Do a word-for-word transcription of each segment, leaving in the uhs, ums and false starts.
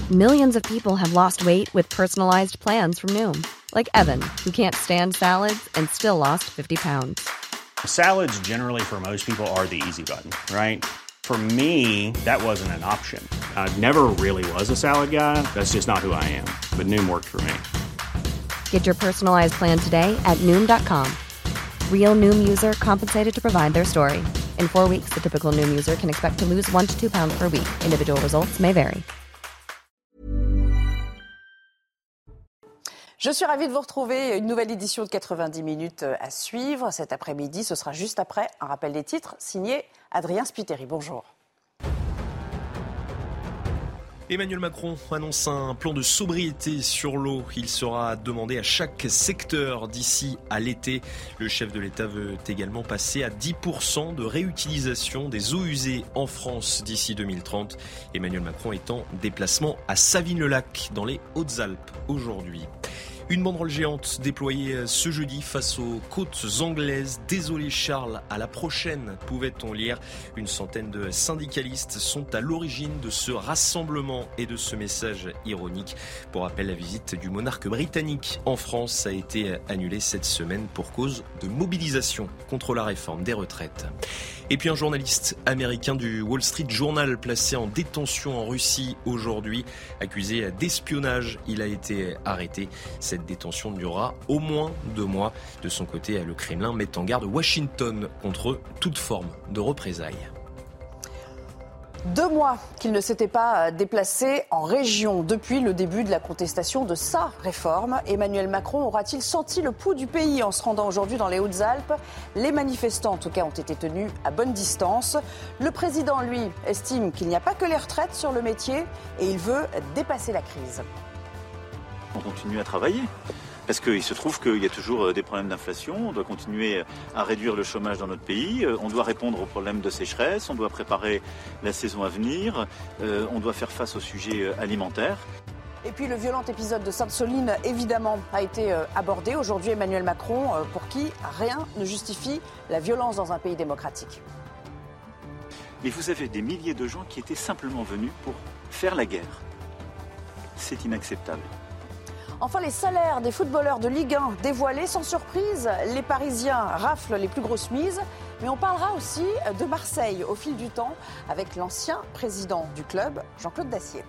Millions of people have lost weight with personalized plans from Noom. Like Evan, who can't stand salads and still lost fifty pounds. Salads generally for most people are the easy button, right? For me, that wasn't an option. I never really was a salad guy. That's just not who I am. But Noom worked for me. Get your personalized plan today at Noom dot com. Real Noom user compensated to provide their story. In four weeks, the typical Noom user can expect to lose one to two pounds per week. Individual results may vary. Je suis ravie de vous retrouver. Une nouvelle édition de quatre-vingt-dix minutes à suivre. Cet après-midi, ce sera juste après un rappel des titres signé Adrien Spiteri. Bonjour. Emmanuel Macron annonce un plan de sobriété sur l'eau. Il sera demandé à chaque secteur d'ici à l'été. Le chef de l'État veut également passer à dix pour cent de réutilisation des eaux usées en France d'ici deux mille trente. Emmanuel Macron est en déplacement à Savines-le-Lac dans les Hautes-Alpes aujourd'hui. Une banderole géante déployée ce jeudi face aux côtes anglaises. Désolé Charles, à la prochaine, pouvait-on lire. Une centaine de syndicalistes sont à l'origine de ce rassemblement et de ce message ironique. Pour rappel, la visite du monarque britannique en France a été annulée cette semaine pour cause de mobilisation contre la réforme des retraites. Et puis un journaliste américain du Wall Street Journal placé en détention en Russie aujourd'hui, accusé d'espionnage. Il a été arrêté. Cette détention durera au moins deux mois. De son côté, le Kremlin met en garde Washington contre toute forme de représailles. Deux mois qu'il ne s'était pas déplacé en région depuis le début de la contestation de sa réforme. Emmanuel Macron aura-t-il senti le pouls du pays en se rendant aujourd'hui dans les Hautes-Alpes ? Les manifestants, en tout cas, ont été tenus à bonne distance. Le président, lui, estime qu'il n'y a pas que les retraites sur le métier et il veut dépasser la crise. On continue à travailler. Parce qu'il se trouve qu'il y a toujours des problèmes d'inflation, on doit continuer à réduire le chômage dans notre pays, on doit répondre aux problèmes de sécheresse, on doit préparer la saison à venir, on doit faire face aux sujets alimentaires. Et puis le violent épisode de Sainte-Soline, évidemment, a été abordé. Aujourd'hui, Emmanuel Macron, pour qui rien ne justifie la violence dans un pays démocratique. Mais vous avez des milliers de gens qui étaient simplement venus pour faire la guerre. C'est inacceptable. Enfin, les salaires des footballeurs de Ligue un dévoilés sans surprise. Les Parisiens raflent les plus grosses mises. Mais on parlera aussi de Marseille au fil du temps avec l'ancien président du club, Jean-Claude Dacier.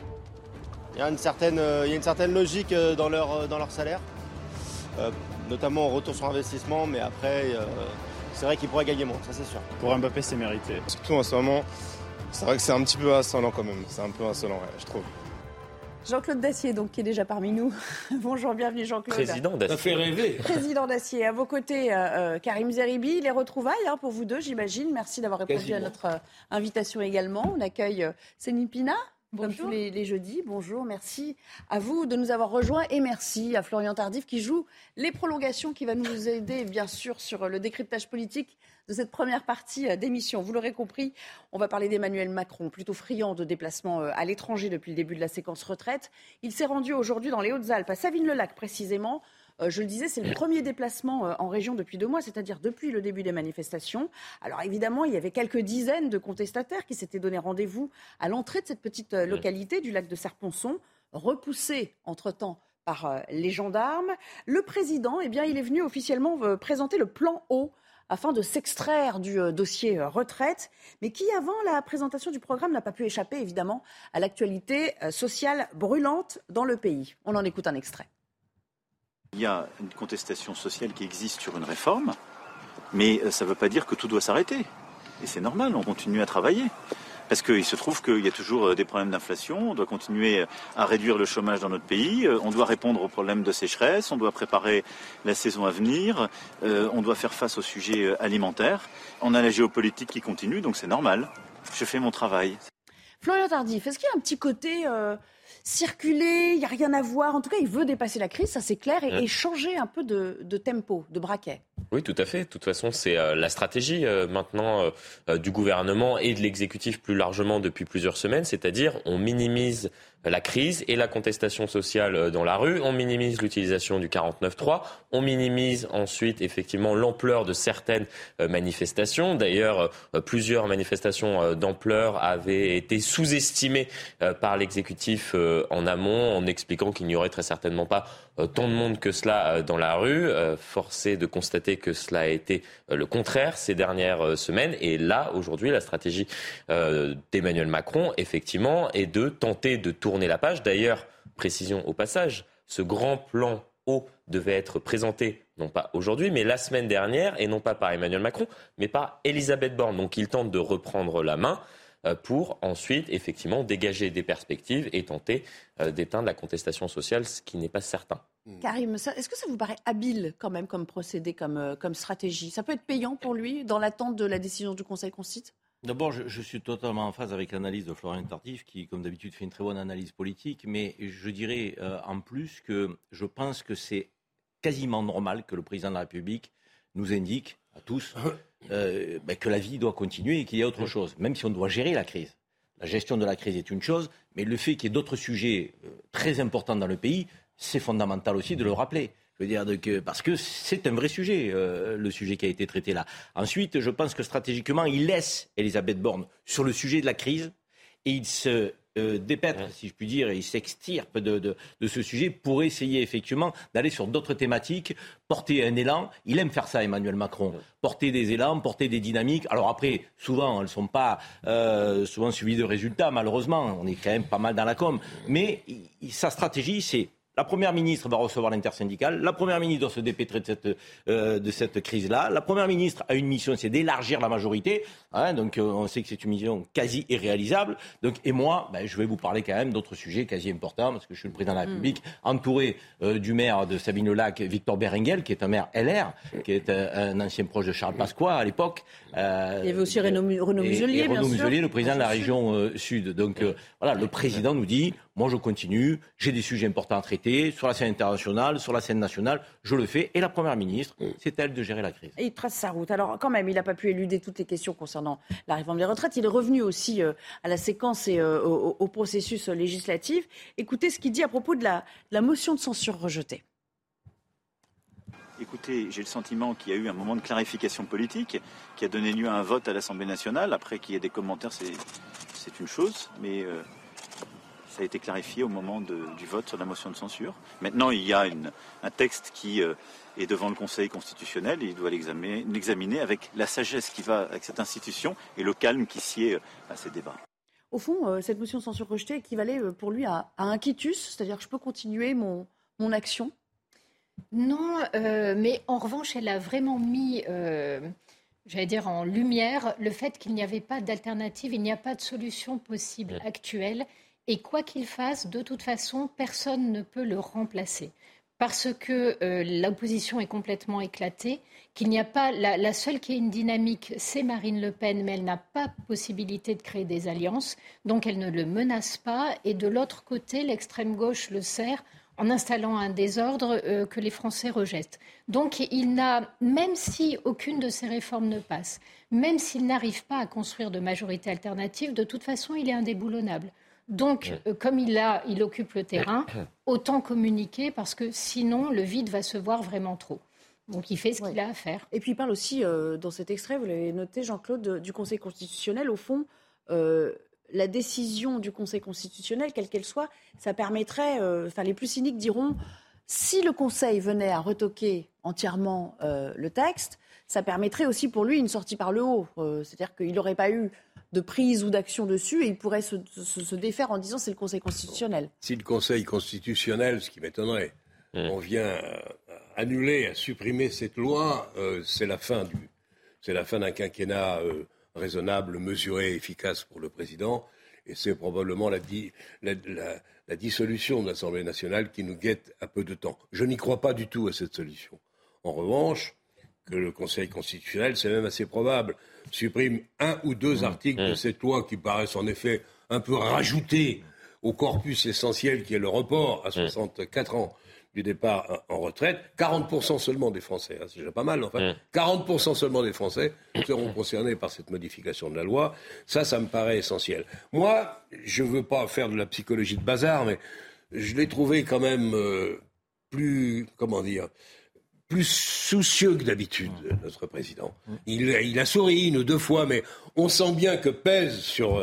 Il y a une certaine, il y a une certaine logique dans leur, dans leur salaire, euh, notamment au retour sur investissement. Mais après, euh, c'est vrai qu'ils pourraient gagner moins, ça c'est sûr. Pour Mbappé, c'est mérité. Surtout en ce moment, c'est vrai que c'est un petit peu insolent quand même. C'est un peu insolent, ouais, je trouve. Jean-Claude Dacier, donc, qui est déjà parmi nous. Bonjour, bienvenue Jean-Claude. Président Dacier. Ça fait rêver. Président Dacier. À vos côtés, euh, Karim Zeribi. Les retrouvailles hein, pour vous deux, j'imagine. Merci d'avoir répondu Quasiment. à notre euh, invitation également. On accueille euh, Céline Pina, comme tous les, les jeudis. Bonjour, merci à vous de nous avoir rejoints. Et merci à Florian Tardif qui joue les prolongations, qui va nous aider, bien sûr, sur le décryptage politique de cette première partie d'émission. Vous l'aurez compris, on va parler d'Emmanuel Macron, plutôt friand de déplacements à l'étranger depuis le début de la séquence retraite. Il s'est rendu aujourd'hui dans les Hautes-Alpes, à Savines-le-Lac précisément. Euh, je le disais, c'est le premier déplacement euh, en région depuis deux mois, c'est-à-dire depuis le début des manifestations. Alors évidemment, il y avait quelques dizaines de contestataires qui s'étaient donné rendez-vous à l'entrée de cette petite euh, localité du lac de Serponçon, repoussés entre-temps par euh, les gendarmes. Le président, eh bien, il est venu officiellement euh, présenter le plan eau afin de s'extraire du euh, dossier euh, retraite, mais qui, avant la présentation du programme, n'a pas pu échapper, évidemment, à l'actualité euh, sociale brûlante dans le pays. On en écoute un extrait. Il y a une contestation sociale qui existe sur une réforme, mais ça ne veut pas dire que tout doit s'arrêter. Et c'est normal, on continue à travailler. Parce qu'il se trouve qu'il y a toujours des problèmes d'inflation, on doit continuer à réduire le chômage dans notre pays, on doit répondre aux problèmes de sécheresse, on doit préparer la saison à venir, on doit faire face aux sujets alimentaires. On a la géopolitique qui continue, donc c'est normal. Je fais mon travail. Florian Tardif, est-ce qu'il y a un petit côté euh, circulé, il n'y a rien à voir? En tout cas, il veut dépasser la crise, ça c'est clair, et, mmh. et changer un peu de, de tempo, de braquet. Oui, tout à fait. De toute façon, c'est euh, la stratégie euh, maintenant euh, du gouvernement et de l'exécutif plus largement depuis plusieurs semaines, c'est-à-dire on minimise la crise et la contestation sociale dans la rue, on minimise l'utilisation du quarante-neuf trois, on minimise ensuite effectivement l'ampleur de certaines euh, manifestations. D'ailleurs, euh, plusieurs manifestations euh, d'ampleur avaient été sous-estimées euh, par l'exécutif euh, en amont en expliquant qu'il n'y aurait très certainement pas euh, tant de monde que cela euh, dans la rue. Euh, forcé de constater que cela a été euh, le contraire ces dernières euh, semaines. Et là, aujourd'hui, la stratégie euh, d'Emmanuel Macron, effectivement, est de tenter de tourner la page. D'ailleurs, précision au passage, ce grand plan eau devait être présenté, non pas aujourd'hui, mais la semaine dernière, et non pas par Emmanuel Macron, mais par Elisabeth Borne. Donc il tente de reprendre la main pour ensuite, effectivement, dégager des perspectives et tenter euh, d'éteindre la contestation sociale, ce qui n'est pas certain. Karim, ça, est-ce que ça vous paraît habile quand même comme procédé, comme, euh, comme stratégie ? Ça peut être payant pour lui dans l'attente de la décision du Conseil constitutionnel ? D'abord, je, je suis totalement en phase avec l'analyse de Florian Tardif, qui, comme d'habitude, fait une très bonne analyse politique, mais je dirais euh, en plus que je pense que c'est quasiment normal que le président de la République nous indique à tous euh, ben, que la vie doit continuer et qu'il y a autre chose, même si on doit gérer la crise. La gestion de la crise est une chose, mais le fait qu'il y ait d'autres sujets euh, très importants dans le pays, c'est fondamental aussi de le rappeler. Je veux dire que, parce que c'est un vrai sujet, euh, le sujet qui a été traité là. Ensuite, je pense que stratégiquement, il laisse Elisabeth Borne sur le sujet de la crise et il se euh, dépêtre, si je puis dire, et il s'extirpe de, de, de ce sujet pour essayer effectivement d'aller sur d'autres thématiques, porter un élan. Il aime faire ça, Emmanuel Macron, porter des élans, porter des dynamiques. Alors après, souvent, elles ne sont pas euh, souvent suivies de résultats, malheureusement. On est quand même pas mal dans la com. Mais il, sa stratégie, c'est... La Première ministre va recevoir l'intersyndicale. La Première ministre doit se dépêtrer de cette, euh, de cette crise-là. La Première ministre a une mission, c'est d'élargir la majorité. Hein, donc euh, on sait que c'est une mission quasi irréalisable. Donc, et moi, ben, je vais vous parler quand même d'autres sujets quasi importants, parce que je suis le président de la République, mmh. entouré euh, du maire de Sabine-le-Lac, Victor Berengel, qui est un maire L R, qui est un, un ancien proche de Charles Pasqua à l'époque. Euh, Il y avait aussi Renaud, Renaud Muselier, et, et bien Renaud sûr. Muselier, le président de la région euh, Sud. Donc euh, voilà, le président nous dit... Moi, je continue, j'ai des sujets importants à traiter, sur la scène internationale, sur la scène nationale, je le fais. Et la Première ministre, c'est elle de gérer la crise. Et il trace sa route. Alors, quand même, il n'a pas pu éluder toutes les questions concernant la réforme des retraites. Il est revenu aussi euh, à la séquence et euh, au, au processus législatif. Écoutez ce qu'il dit à propos de la, de la motion de censure rejetée. Écoutez, j'ai le sentiment qu'il y a eu un moment de clarification politique qui a donné lieu à un vote à l'Assemblée nationale. Après qu'il y ait des commentaires, c'est, c'est une chose, mais... Euh Ça a été clarifié au moment de, du vote sur la motion de censure. Maintenant, il y a une, un texte qui euh, est devant le Conseil constitutionnel et il doit l'examiner, l'examiner avec la sagesse qui va avec cette institution et le calme qui sied à ces débats. Au fond, euh, cette motion de censure rejetée équivalait euh, pour lui à, à un quitus, c'est-à-dire que je peux continuer mon, mon action ? Non, euh, mais en revanche, elle a vraiment mis... Euh... j'allais dire en lumière, le fait qu'il n'y avait pas d'alternative, il n'y a pas de solution possible mmh. actuelle. Et quoi qu'il fasse, de toute façon, personne ne peut le remplacer. Parce que euh, l'opposition est complètement éclatée, qu'il n'y a pas... La, la seule qui ait une dynamique, c'est Marine Le Pen, mais elle n'a pas possibilité de créer des alliances, donc elle ne le menace pas. Et de l'autre côté, l'extrême gauche le sert en installant un désordre euh, que les Français rejettent. Donc il n'a, même si aucune de ces réformes ne passe, même s'il n'arrive pas à construire de majorité alternative, de toute façon, il est indéboulonnable. Donc, euh, comme il, a, il occupe le terrain, autant communiquer parce que sinon, le vide va se voir vraiment trop. Donc, il fait ce ouais. qu'il a à faire. Et puis, il parle aussi, euh, dans cet extrait, vous l'avez noté, Jean-Claude, de, du Conseil constitutionnel. Au fond, euh, la décision du Conseil constitutionnel, quelle qu'elle soit, ça permettrait, enfin, euh, les plus cyniques diront, si le Conseil venait à retoquer entièrement euh, le texte, ça permettrait aussi pour lui une sortie par le haut. Euh, c'est-à-dire qu'il n'aurait pas eu de prise ou d'action dessus et il pourrait se, se, se défaire en disant c'est le Conseil constitutionnel. Si le Conseil constitutionnel, ce qui m'étonnerait, mmh. on vient à annuler, à supprimer cette loi, euh, c'est la fin du, c'est la fin d'un quinquennat euh, raisonnable, mesuré, efficace pour le président, et c'est probablement la, di, la, la, la dissolution de l'Assemblée nationale qui nous guette à peu de temps. Je n'y crois pas du tout à cette solution. En revanche, que le Conseil constitutionnel, c'est même assez probable, supprime un ou deux articles de cette loi qui paraissent en effet un peu rajoutés au corpus essentiel qui est le report à soixante-quatre ans du départ en retraite. quarante pour cent seulement des Français, hein, c'est déjà pas mal en fait, quarante pour cent seulement des Français seront concernés par cette modification de la loi. Ça, ça me paraît essentiel. Moi, je ne veux pas faire de la psychologie de bazar, mais je l'ai trouvé quand même euh, plus, comment dire... plus soucieux que d'habitude, notre président. Il, il a souri une ou deux fois, mais on sent bien que pèse sur,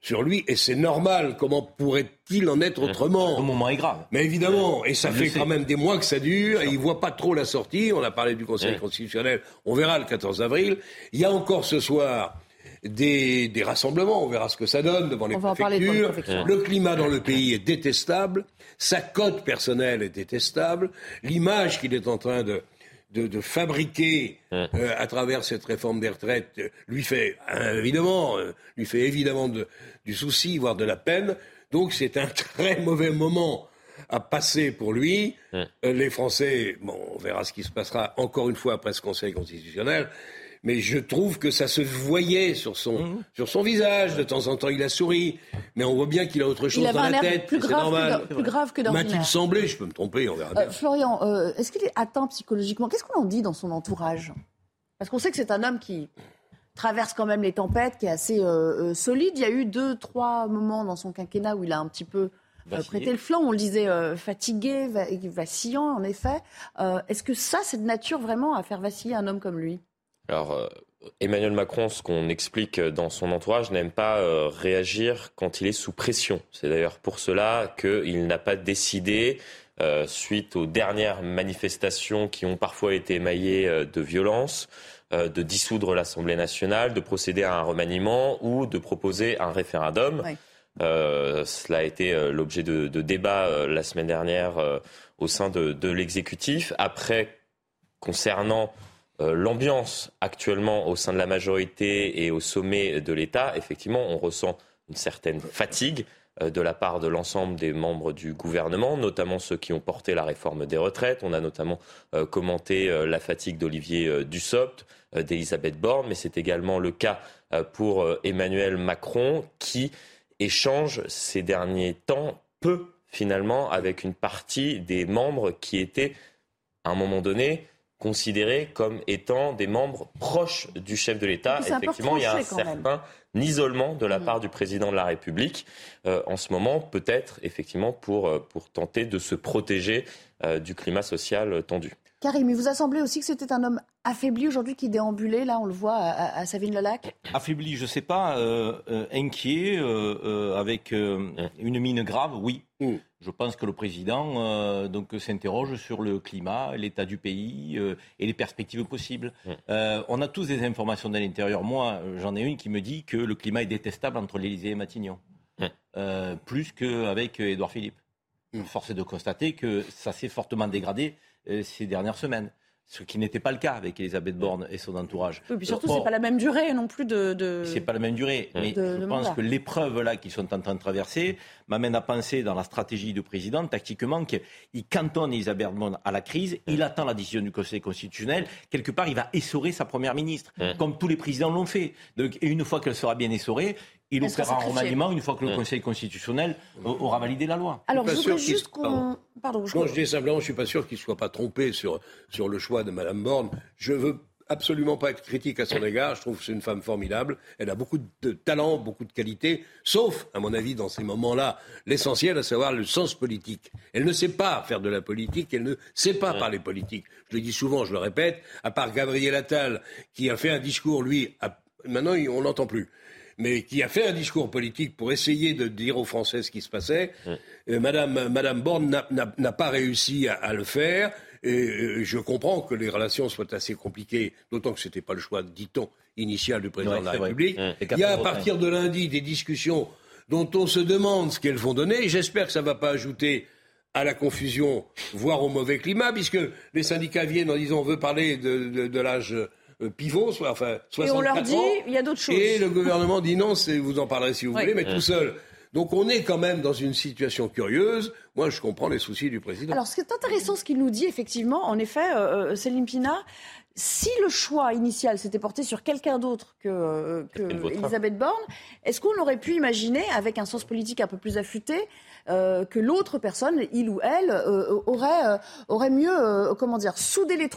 sur lui, et c'est normal. Comment pourrait-il en être autrement ? Le moment est grave. Mais évidemment, et ça Je fait sais. quand même des mois que ça dure, et il voit pas trop la sortie. On a parlé du Conseil Ouais. constitutionnel, on verra le quatorze avril. Il y a encore ce soir des, des rassemblements, on verra ce que ça donne devant les On va en parler devant les préfectures. préfectures. Le climat dans le pays est détestable, sa cote personnelle est détestable, l'image qu'il est en train de... De, de fabriquer euh, à travers cette réforme des retraites euh, lui fait euh, évidemment euh, lui fait évidemment de, du souci, voire de la peine. Donc c'est un très mauvais moment à passer pour lui. Euh, les Français, bon, on verra ce qui se passera encore une fois après ce Conseil constitutionnel. Mais je trouve que ça se voyait sur son, mmh. sur son visage. De temps en temps, il a souri. Mais on voit bien qu'il a autre chose dans la tête. Plus c'est grave, normal. que, plus grave que d'ordinaire. M'a-t-il semblé ? Je peux me tromper, on verra bien. Euh, Florian, euh, est-ce qu'il est atteint psychologiquement ? Qu'est-ce qu'on en dit dans son entourage ? Parce qu'on sait que c'est un homme qui traverse quand même les tempêtes, qui est assez euh, euh, solide. Il y a eu deux, trois moments dans son quinquennat où il a un petit peu euh, prêté le flanc. On le disait euh, fatigué, va- vacillant, en effet. Euh, est-ce que ça, c'est de nature vraiment à faire vaciller un homme comme lui ? Alors, euh, Emmanuel Macron, ce qu'on explique dans son entourage, n'aime pas euh, réagir quand il est sous pression. C'est d'ailleurs pour cela qu'il n'a pas décidé, euh, suite aux dernières manifestations qui ont parfois été émaillées euh, de violence, euh, de dissoudre l'Assemblée nationale, de procéder à un remaniement ou de proposer un référendum. Ouais. Euh, cela a été euh, l'objet de, de débats euh, la semaine dernière euh, au sein de, de l'exécutif. Après, concernant euh, l'ambiance actuellement au sein de la majorité et au sommet de l'État, effectivement, on ressent une certaine fatigue euh, de la part de l'ensemble des membres du gouvernement, notamment ceux qui ont porté la réforme des retraites. On a notamment euh, commenté euh, la fatigue d'Olivier euh, Dussopt, euh, d'Elisabeth Borne, mais c'est également le cas euh, pour euh, Emmanuel Macron, qui échange ces derniers temps peu, finalement, avec une partie des membres qui étaient, à un moment donné, considérés comme étant des membres proches du chef de l'État. Effectivement, il y a un certain isolement de la part du président de la République euh, en ce moment, peut-être, effectivement, pour, euh, pour tenter de se protéger euh, du climat social tendu. Karim, il vous a semblé aussi que c'était un homme affaibli aujourd'hui qui déambulait, là on le voit à, à Savines-le-Lac ? Affaibli, je ne sais pas, euh, euh, inquiet, euh, euh, avec euh, mmh. une mine grave, oui. Mmh. Je pense que le président euh, donc, s'interroge sur le climat, l'état du pays euh, et les perspectives possibles. Mmh. Euh, on a tous des informations de l'intérieur. Moi, j'en ai une qui me dit que le climat est détestable entre l'Élysée et Matignon, mmh. euh, plus qu'avec Édouard Philippe. Mmh. Force est de constater que ça s'est fortement dégradé euh, ces dernières semaines. Ce qui n'était pas le cas avec Elisabeth Borne et son entourage. Oui, puis surtout, bon, c'est pas la même durée non plus de. de... C'est pas la même durée, mais de, je de pense mandat. que l'épreuve là qu'ils sont en train de traverser m'amène à penser dans la stratégie du président, tactiquement, qu'il cantonne Elisabeth Borne à la crise, il attend la décision du Conseil constitutionnel, quelque part il va essorer sa première ministre, mmh. comme tous les présidents l'ont fait. Donc, et une fois qu'elle sera bien essorée, il opérera un remaniement une fois que le Conseil constitutionnel aura validé la loi. Alors, je voudrais juste qu'on... Pardon. Pardon, je... Non, je dis simplement, je ne suis pas sûr qu'il ne soit pas trompé sur, sur le choix de Mme Borne. Je veux absolument pas être critique à son égard. Je trouve que c'est une femme formidable. Elle a beaucoup de talent, beaucoup de qualités, sauf, à mon avis, dans ces moments-là, l'essentiel, à savoir le sens politique. Elle ne sait pas faire de la politique, elle ne sait pas parler politique. Je le dis souvent, je le répète, à part Gabriel Attal, qui a fait un discours, lui, à... maintenant on l'entend plus, mais qui a fait un discours politique pour essayer de dire aux Français ce qui se passait. Mmh. Euh, Madame, Madame Borne n'a, n'a, n'a pas réussi à, à le faire. Et euh, je comprends que les relations soient assez compliquées, d'autant que ce n'était pas le choix, dit-on, initial du président ouais, de la République. Mmh. Il y a à partir de lundi des discussions dont on se demande ce qu'elles vont donner. J'espère que ça ne va pas ajouter à la confusion, voire au mauvais climat, puisque les syndicats viennent en disant on veut parler de, de, de l'âge pivot, soit, enfin soixante-quatre ans. Et on leur dit, il y a d'autres choses. Et le gouvernement dit non, c'est, vous en parlerez si vous oui. voulez, mais mmh. tout seul. Donc on est quand même dans une situation curieuse. Moi, je comprends les soucis du président. Alors, ce qui est intéressant, ce qu'il nous dit, effectivement, en effet, euh, Céline Pina, si le choix initial s'était porté sur quelqu'un d'autre que, euh, que Elisabeth Borne, est-ce qu'on aurait pu imaginer, avec un sens politique un peu plus affûté, euh, que l'autre personne, il ou elle, euh, aurait, euh, aurait mieux, euh, comment dire, soudé les troupes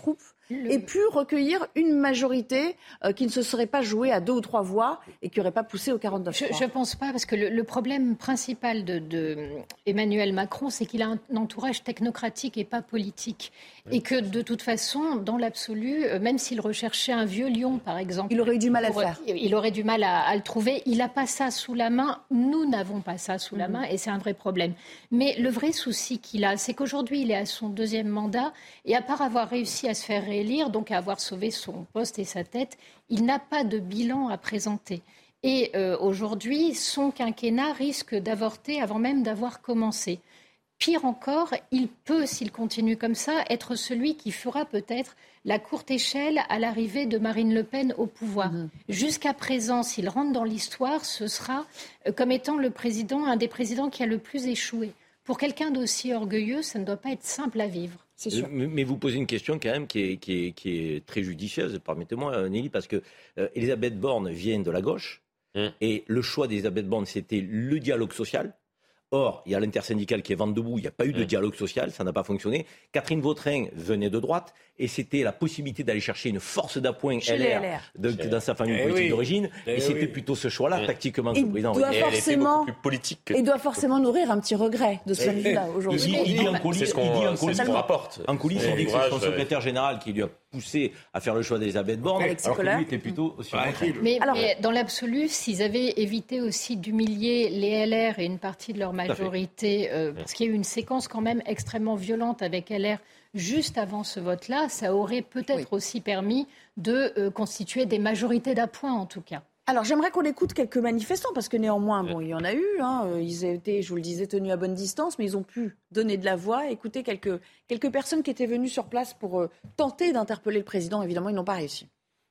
Le... et pu recueillir une majorité euh, qui ne se serait pas jouée à deux ou trois voix et qui n'aurait pas poussé au quarante-neuf trois. Je ne pense pas, parce que le, le problème principal de, de Emmanuel Macron, c'est qu'il a un entourage technocratique et pas politique. Oui. Et que de toute façon, dans l'absolu, même s'il recherchait un vieux lion, par exemple... Il aurait eu du mal à pour, le faire. Il aurait du mal à, à le trouver. Il n'a pas ça sous la main. Nous n'avons pas ça sous mmh. la main et c'est un vrai problème. Mais le vrai souci qu'il a, c'est qu'aujourd'hui, il est à son deuxième mandat et à part avoir réussi à se faire réélire, donc à avoir sauvé son poste et sa tête, il n'a pas de bilan à présenter. Et euh, aujourd'hui, son quinquennat risque d'avorter avant même d'avoir commencé. Pire encore, il peut, s'il continue comme ça, être celui qui fera peut-être la courte échelle à l'arrivée de Marine Le Pen au pouvoir. Mmh. Jusqu'à présent, s'il rentre dans l'histoire, ce sera euh, comme étant le président, un des présidents qui a le plus échoué. Pour quelqu'un d'aussi orgueilleux, ça ne doit pas être simple à vivre. C'est sûr. Mais vous posez une question quand même qui est, qui est, qui est très judicieuse, permettez-moi Nelly, parce que euh, Elisabeth Borne vient de la gauche mmh. et le choix d'Elisabeth Borne, c'était le dialogue social. Or, il y a l'intersyndicale qui est vent debout, il n'y a pas eu de mmh. dialogue social, ça n'a pas fonctionné. Catherine Vautrin venait de droite et c'était la possibilité d'aller chercher une force d'appoint L R, L R. De, dans sa famille eh politique oui. d'origine. Eh et c'était oui. plutôt ce choix-là, mmh. tactiquement, que il le président doit et forcément, plus politique que... Il doit forcément nourrir un petit regret de ce point de vue-là aujourd'hui. Il, il, il dit en coulisses, c'est ce qu'on, il dit en coulisses, coulisses, rapporte. En coulisses, il dit que c'est son secrétaire général qui lui a poussé à faire le choix d'Elisabeth Borne, Alexis alors Collin. que lui était plutôt sur ouais, le mais, alors, mais dans l'absolu, s'ils avaient évité aussi d'humilier les L R et une partie de leur majorité, euh, parce qu'il y a eu une séquence quand même extrêmement violente avec L R juste avant ce vote-là, ça aurait peut-être oui. aussi permis de euh, constituer des majorités d'appoint en tout cas. Alors, j'aimerais qu'on écoute quelques manifestants, parce que néanmoins, bon, il y en a eu. Hein, ils étaient, je vous le disais, tenus à bonne distance, mais ils ont pu donner de la voix, écouter quelques, quelques personnes qui étaient venues sur place pour euh, tenter d'interpeller le président. Évidemment, ils n'ont pas réussi.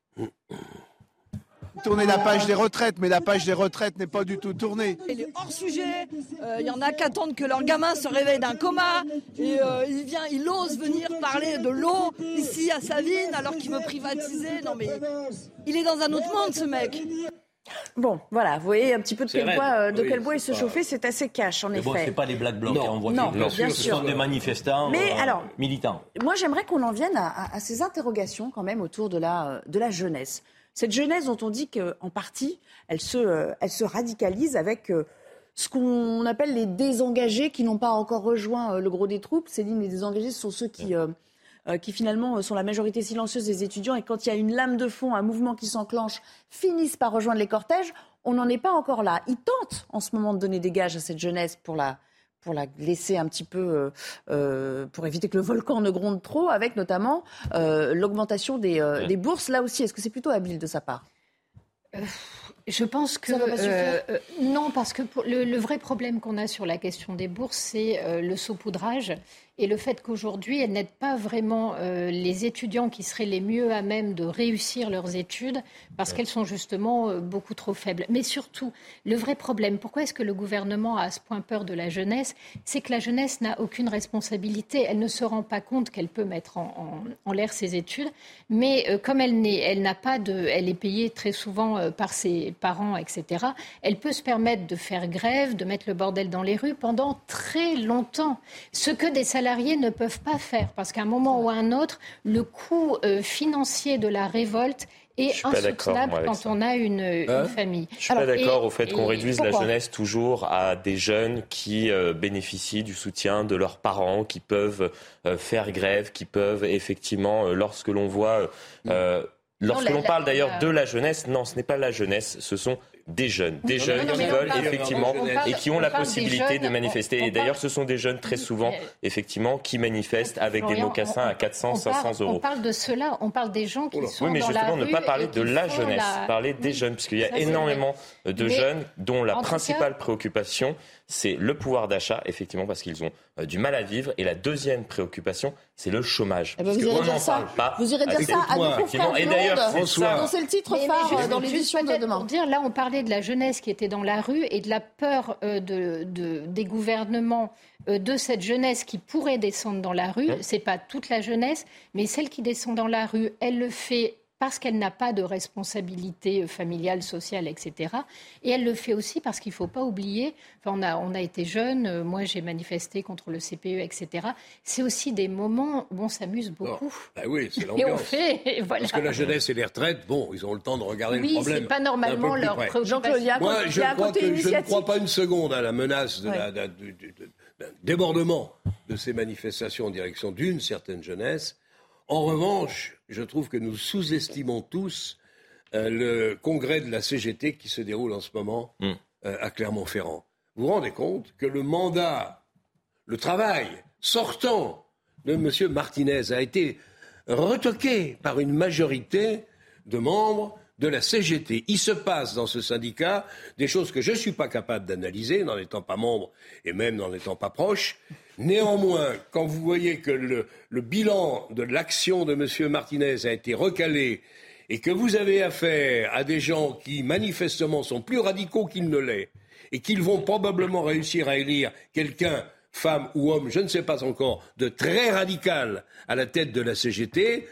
Tourner la page des retraites, mais la page des retraites n'est pas du tout tournée. Il est hors sujet, il euh, y en a qui attendent que leur gamin se réveille d'un coma, et euh, il vient, il ose venir parler de l'eau ici à Savines alors qu'il veut privatiser. Non mais il est dans un autre monde ce mec. Bon, voilà, vous voyez un petit peu de quel bois, euh, de oui, quel bois il se pas... chauffait, c'est assez cash en mais effet. Bon, c'est pas les Black Blocs en voiture, non, bien sûr. Ce sont des manifestants mais, euh, alors, militants. Moi, j'aimerais qu'on en vienne à, à, à ces interrogations quand même autour de la, de la jeunesse. Cette jeunesse dont on dit qu'en partie, elle se, euh, elle se radicalise avec euh, ce qu'on appelle les désengagés qui n'ont pas encore rejoint euh, le gros des troupes. Céline, les désengagés, ce sont ceux qui, euh, euh, qui finalement sont la majorité silencieuse des étudiants et quand il y a une lame de fond, un mouvement qui s'enclenche, finissent par rejoindre les cortèges. On n'en est pas encore là. Ils tentent en ce moment de donner des gages à cette jeunesse pour la... pour la laisser un petit peu, euh, euh, pour éviter que le volcan ne gronde trop, avec notamment euh, l'augmentation des, euh, des bourses. Là aussi, est-ce que c'est plutôt habile de sa part ? euh, Je pense que... Ça va pas euh, euh, non, parce que pour le, le vrai problème qu'on a sur la question des bourses, c'est euh, le saupoudrage et le fait qu'aujourd'hui, elles n'aident pas vraiment euh, les étudiants qui seraient les mieux à même de réussir leurs études parce qu'elles sont justement euh, beaucoup trop faibles. Mais surtout, le vrai problème, pourquoi est-ce que le gouvernement a à ce point peur de la jeunesse ? C'est que la jeunesse n'a aucune responsabilité. Elle ne se rend pas compte qu'elle peut mettre en, en, en l'air ses études, mais euh, comme elle, n'est, elle n'a pas de... Elle est payée très souvent euh, par ses parents, et cetera. Elle peut se permettre de faire grève, de mettre le bordel dans les rues pendant très longtemps. Ce que des salariés ne peuvent pas faire, parce qu'à un moment ou à un autre, le coût euh, financier de la révolte est insoutenable quand ça. on a une, hein une famille. Je ne suis Alors, pas d'accord et, au fait qu'on réduise pourquoi la jeunesse toujours à des jeunes qui euh, bénéficient du soutien de leurs parents, qui peuvent euh, faire grève, qui peuvent effectivement, euh, lorsque l'on voit... Euh, Lorsque non, l'on la, parle la, d'ailleurs la... de la jeunesse, non, ce n'est pas la jeunesse, ce sont des jeunes. Des non, jeunes non, qui veulent parle, effectivement parle, et qui ont la possibilité de manifester. Et d'ailleurs, ce sont des jeunes très souvent, effectivement, qui manifestent avec Florian, des mocassins on, à quatre cents, cinq cents euros. On parle de cela, on parle des gens qui Oula. sont oui, mais dans justement, la ne pas parler de la jeunesse, la... parler des oui, jeunes, puisqu'il y a ça, énormément de mais, jeunes dont la principale cas... préoccupation, c'est le pouvoir d'achat, effectivement, parce qu'ils ont euh, du mal à vivre. Et la deuxième préoccupation, c'est le chômage. Eh ben vous, irez dire ça. Pas. vous irez dire ça à nos confrères et d'ailleurs, c'est ça. C'est le titre mais, phare mais juste, dans l'édition de demain. Pour dire, là, on parlait de la jeunesse qui était dans la rue et de la peur euh, de, de, des gouvernements euh, de cette jeunesse qui pourrait descendre dans la rue. Mmh. C'est pas toute la jeunesse, mais celle qui descend dans la rue, elle le fait parce qu'elle n'a pas de responsabilité familiale, sociale, et cetera. Et elle le fait aussi parce qu'il ne faut pas oublier, enfin, on, a, on a été jeunes, euh, moi j'ai manifesté contre le C P E, et cetera. C'est aussi des moments où on s'amuse beaucoup. Ben oui, c'est l'ambiance. Et on fait, voilà. Parce que la jeunesse et les retraites, bon, ils ont le temps de regarder oui, le problème. Oui, c'est pas normalement leur préoccupation. Moi, je, crois que, je ne crois pas une seconde à la menace de ouais. la, de, de, de, de, d'un débordement de ces manifestations en direction d'une certaine jeunesse. En revanche, je trouve que nous sous-estimons tous euh, le congrès de la C G T qui se déroule en ce moment mmh. euh, à Clermont-Ferrand. Vous vous rendez compte que le mandat, le travail sortant de M. Martinez a été retoqué par une majorité de membres de la C G T. Il se passe dans ce syndicat des choses que je ne suis pas capable d'analyser, n'en étant pas membre et même n'en étant pas proche. Néanmoins, quand vous voyez que le, le bilan de l'action de M. Martinez a été recalé et que vous avez affaire à des gens qui manifestement sont plus radicaux qu'ils ne l'est et qu'ils vont probablement réussir à élire quelqu'un, femme ou homme, je ne sais pas encore, de très radical à la tête de la C G T,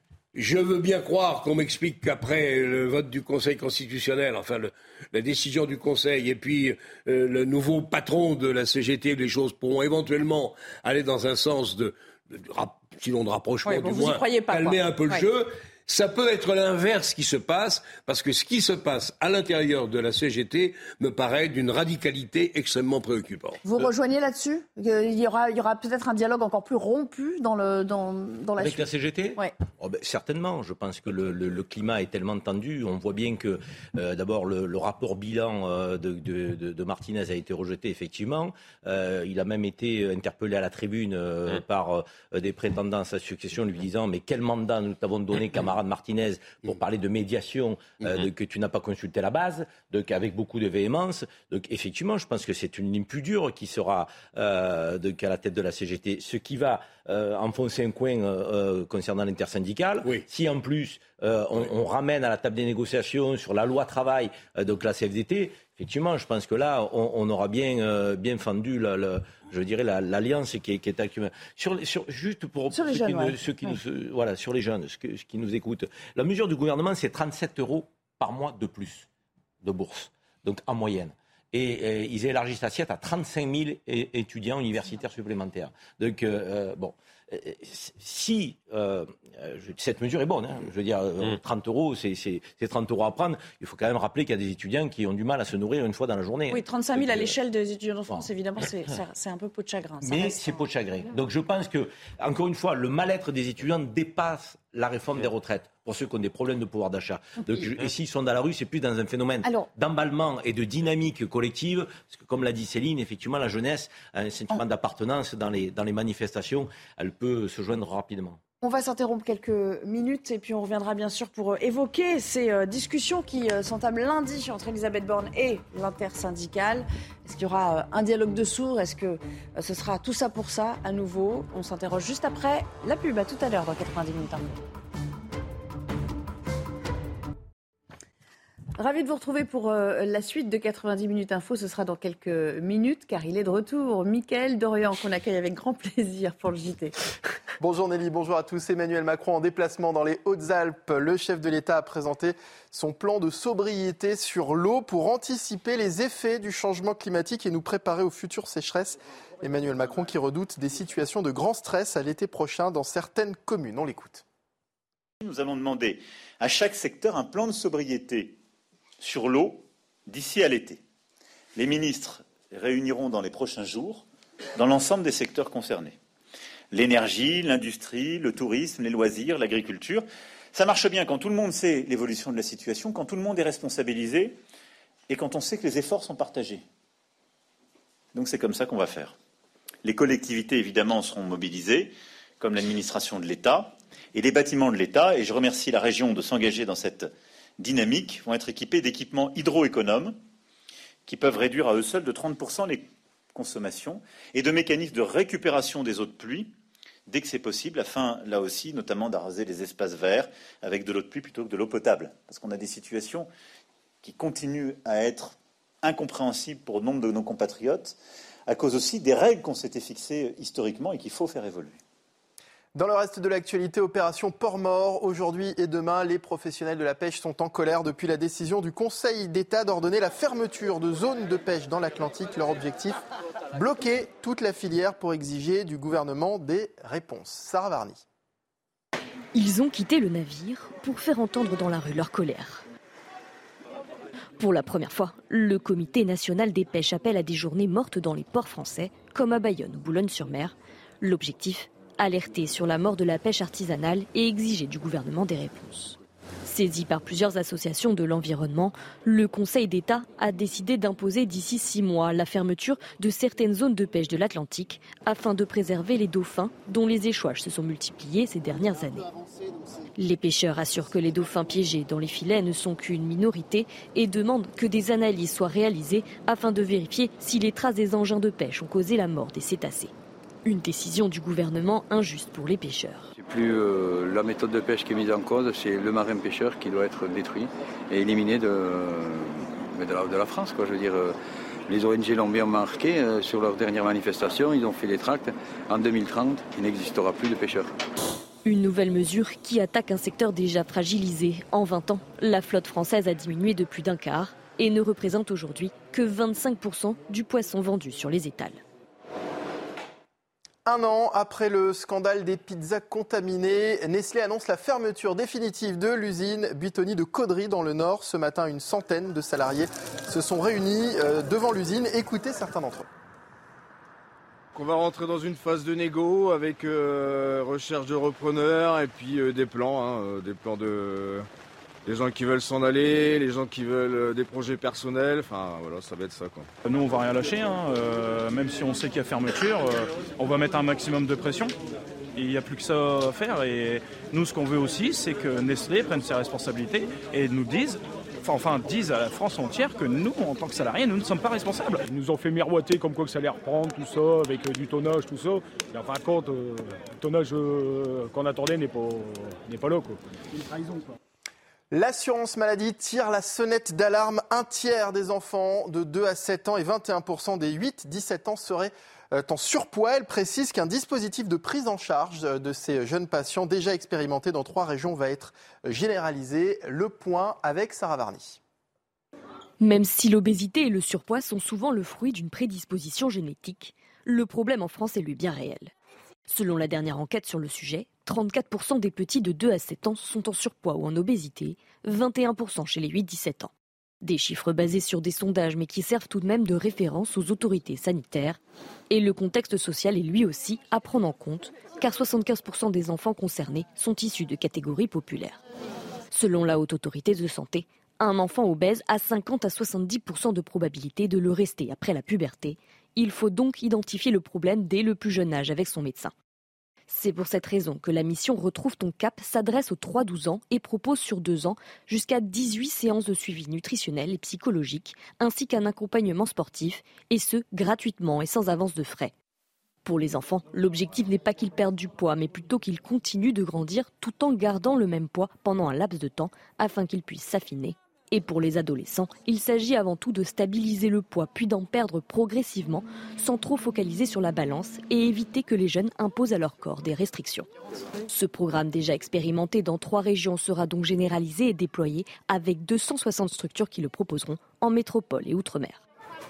je veux bien croire qu'on m'explique qu'après le vote du Conseil constitutionnel, enfin le, la décision du Conseil et puis euh, le nouveau patron de la C G T, les choses pourront éventuellement aller dans un sens de, de, de sinon de rapprochement, oui, bon, du moins pas, calmer quoi. un peu le ouais. jeu. Ça peut être l'inverse qui se passe, parce que ce qui se passe à l'intérieur de la C G T me paraît d'une radicalité extrêmement préoccupante. Vous rejoignez là-dessus ? Il y aura, il y aura peut-être un dialogue encore plus rompu dans, le, dans, dans la Avec suite. la C G T ? Ouais. Oh ben, certainement. Je pense que le, le, le climat est tellement tendu. On voit bien que, euh, d'abord, le, le rapport bilan euh, de, de, de, de Martinez a été rejeté, effectivement. Euh, il a même été interpellé à la tribune euh, mmh. par euh, des prétendants à sa succession, lui disant « Mais quel mandat nous t'avons donné, camarade Martinez, pour parler de médiation euh, mm-hmm. de, que tu n'as pas consulté à la base, donc avec beaucoup de véhémence. » Donc effectivement, je pense que c'est une ligne plus dure qui sera euh, donc à la tête de la C G T. Ce qui va euh, enfoncer un coin euh, concernant l'intersyndical. Oui. Si en plus euh, on, on ramène à la table des négociations sur la loi travail, euh, donc la C F D T, effectivement, je pense que là, on, on aura bien, euh, bien fendu la, la, je dirais la, l'alliance qui est, qui est actuelle. Sur, sur, juste pour sur les ceux jeunes, qui, ouais. nous, ceux qui ouais. nous, voilà, sur les jeunes, ceux qui, ceux qui nous écoutent. La mesure du gouvernement, c'est trente-sept euros par mois de plus de bourse, donc en moyenne. Et, et ils élargissent l'assiette à trente-cinq mille étudiants universitaires supplémentaires. Donc, euh, bon, si euh, cette mesure est bonne, hein, je veux dire, mmh. trente euros, c'est, c'est, c'est trente euros à prendre. Il faut quand même rappeler qu'il y a des étudiants qui ont du mal à se nourrir une fois dans la journée. Oui, trente-cinq mille à l'échelle des étudiants en France, bon. évidemment, c'est, c'est un peu peau de chagrin. Ça Mais reste... c'est peau de chagrin. Donc je pense que, encore une fois, le mal-être des étudiants dépasse la réforme des retraites, pour ceux qui ont des problèmes de pouvoir d'achat. Donc, je, et s'ils sont dans la rue, c'est plus dans un phénomène Alors, d'emballement et de dynamique collective, parce que comme l'a dit Céline, effectivement, la jeunesse a un sentiment on... d'appartenance dans les, dans les manifestations, elle peut se joindre rapidement. On va s'interrompre quelques minutes et puis on reviendra bien sûr pour évoquer ces euh, discussions qui euh, s'entament lundi entre Elisabeth Borne et l'intersyndicale. Est-ce qu'il y aura euh, un dialogue de sourds ? Est-ce que euh, ce sera tout ça pour ça à nouveau ? On s'interroge juste après la pub. À tout à l'heure dans quatre-vingt-dix minutes info. Ravi de vous retrouver pour euh, la suite de quatre-vingt-dix minutes info. Ce sera dans quelques minutes car il est de retour. Mickaël Dorian qu'on accueille avec grand plaisir pour le J T. Bonjour Nelly, bonjour à tous. Emmanuel Macron en déplacement dans les Hautes-Alpes. Le chef de l'État a présenté son plan de sobriété sur l'eau pour anticiper les effets du changement climatique et nous préparer aux futures sécheresses. Emmanuel Macron qui redoute des situations de grand stress à l'été prochain dans certaines communes. On l'écoute. Nous allons demander à chaque secteur un plan de sobriété sur l'eau d'ici à l'été. Les ministres réuniront dans les prochains jours dans l'ensemble des secteurs concernés. L'énergie, l'industrie, le tourisme, les loisirs, l'agriculture. Ça marche bien quand tout le monde sait l'évolution de la situation, quand tout le monde est responsabilisé et quand on sait que les efforts sont partagés. Donc c'est comme ça qu'on va faire. Les collectivités, évidemment, seront mobilisées, comme l'administration de l'État, et les bâtiments de l'État, et je remercie la région de s'engager dans cette dynamique, vont être équipés d'équipements hydroéconomes qui peuvent réduire à eux seuls de trente pour cent les consommations et de mécanismes de récupération des eaux de pluie dès que c'est possible, afin, là aussi, notamment d'arroser les espaces verts avec de l'eau de pluie plutôt que de l'eau potable. Parce qu'on a des situations qui continuent à être incompréhensibles pour nombre de nos compatriotes, à cause aussi des règles qu'on s'était fixées historiquement et qu'il faut faire évoluer. Dans le reste de l'actualité, opération Port-Mort. Aujourd'hui et demain, les professionnels de la pêche sont en colère depuis la décision du Conseil d'État d'ordonner la fermeture de zones de pêche dans l'Atlantique. Leur objectif, bloquer toute la filière pour exiger du gouvernement des réponses. Sarah Varny. Ils ont quitté le navire pour faire entendre dans la rue leur colère. Pour la première fois, le Comité national des pêches appelle à des journées mortes dans les ports français, comme à Bayonne ou Boulogne-sur-Mer. L'objectif, alerter sur la mort de la pêche artisanale et exiger du gouvernement des réponses. Saisi par plusieurs associations de l'environnement, le Conseil d'État a décidé d'imposer d'ici six mois la fermeture de certaines zones de pêche de l'Atlantique afin de préserver les dauphins dont les échouages se sont multipliés ces dernières années. Les pêcheurs assurent que les dauphins piégés dans les filets ne sont qu'une minorité et demandent que des analyses soient réalisées afin de vérifier si les traces des engins de pêche ont causé la mort des cétacés. Une décision du gouvernement injuste pour les pêcheurs. C'est plus euh, la méthode de pêche qui est mise en cause, c'est le marin pêcheur qui doit être détruit et éliminé de, de, la, de la France. Quoi. Je veux dire, euh, les O N G l'ont bien marqué euh, sur leur dernière manifestation, ils ont fait des tracts. En deux mille trente, il n'existera plus de pêcheurs. Une nouvelle mesure qui attaque un secteur déjà fragilisé. En vingt ans, la flotte française a diminué de plus d'un quart et ne représente aujourd'hui que vingt-cinq pour cent du poisson vendu sur les étals. Un an après le scandale des pizzas contaminées, Nestlé annonce la fermeture définitive de l'usine Buitoni de Caudry dans le Nord. Ce matin, une centaine de salariés se sont réunis devant l'usine. Écoutez certains d'entre eux. On va rentrer dans une phase de négo avec euh, recherche de repreneurs et puis euh, des plans, hein, euh, des plans de... Les gens qui veulent s'en aller, les gens qui veulent des projets personnels, enfin voilà, ça va être ça quoi. Nous on va rien lâcher, hein. euh, même si on sait qu'il y a fermeture, euh, on va mettre un maximum de pression. Il n'y a plus que ça à faire et nous ce qu'on veut aussi c'est que Nestlé prenne ses responsabilités et nous dise, enfin, enfin disent à la France entière que nous en tant que salariés nous ne sommes pas responsables. Ils nous ont fait miroiter comme quoi que ça allait reprendre tout ça, avec euh, du tonnage, tout ça. Et en fin de compte, euh, le tonnage euh, qu'on attendait n'est pas, n'est pas là quoi. C'est une trahison quoi. L'assurance maladie tire la sonnette d'alarme. Un tiers des enfants de deux à sept ans et vingt et un pour cent des huit à dix-sept ans seraient en surpoids. Elle précise qu'un dispositif de prise en charge de ces jeunes patients déjà expérimenté dans trois régions va être généralisé. Le point avec Sarah Varny. Même si l'obésité et le surpoids sont souvent le fruit d'une prédisposition génétique, le problème en France est lui bien réel. Selon la dernière enquête sur le sujet, trente-quatre pour cent des petits de deux à sept ans sont en surpoids ou en obésité, vingt et un pour cent chez les huit à dix-sept ans. Des chiffres basés sur des sondages mais qui servent tout de même de référence aux autorités sanitaires. Et le contexte social est lui aussi à prendre en compte, car soixante-quinze pour cent des enfants concernés sont issus de catégories populaires. Selon la Haute Autorité de Santé, un enfant obèse a cinquante à soixante-dix pour cent de probabilité de le rester après la puberté. Il faut donc identifier le problème dès le plus jeune âge avec son médecin. C'est pour cette raison que la mission Retrouve ton cap s'adresse aux trois à douze ans et propose sur deux ans jusqu'à dix-huit séances de suivi nutritionnel et psychologique, ainsi qu'un accompagnement sportif, et ce, gratuitement et sans avance de frais. Pour les enfants, l'objectif n'est pas qu'ils perdent du poids, mais plutôt qu'ils continuent de grandir tout en gardant le même poids pendant un laps de temps, afin qu'ils puissent s'affiner. Et pour les adolescents, il s'agit avant tout de stabiliser le poids puis d'en perdre progressivement sans trop focaliser sur la balance et éviter que les jeunes imposent à leur corps des restrictions. Ce programme déjà expérimenté dans trois régions sera donc généralisé et déployé avec deux cent soixante structures qui le proposeront en métropole et outre-mer.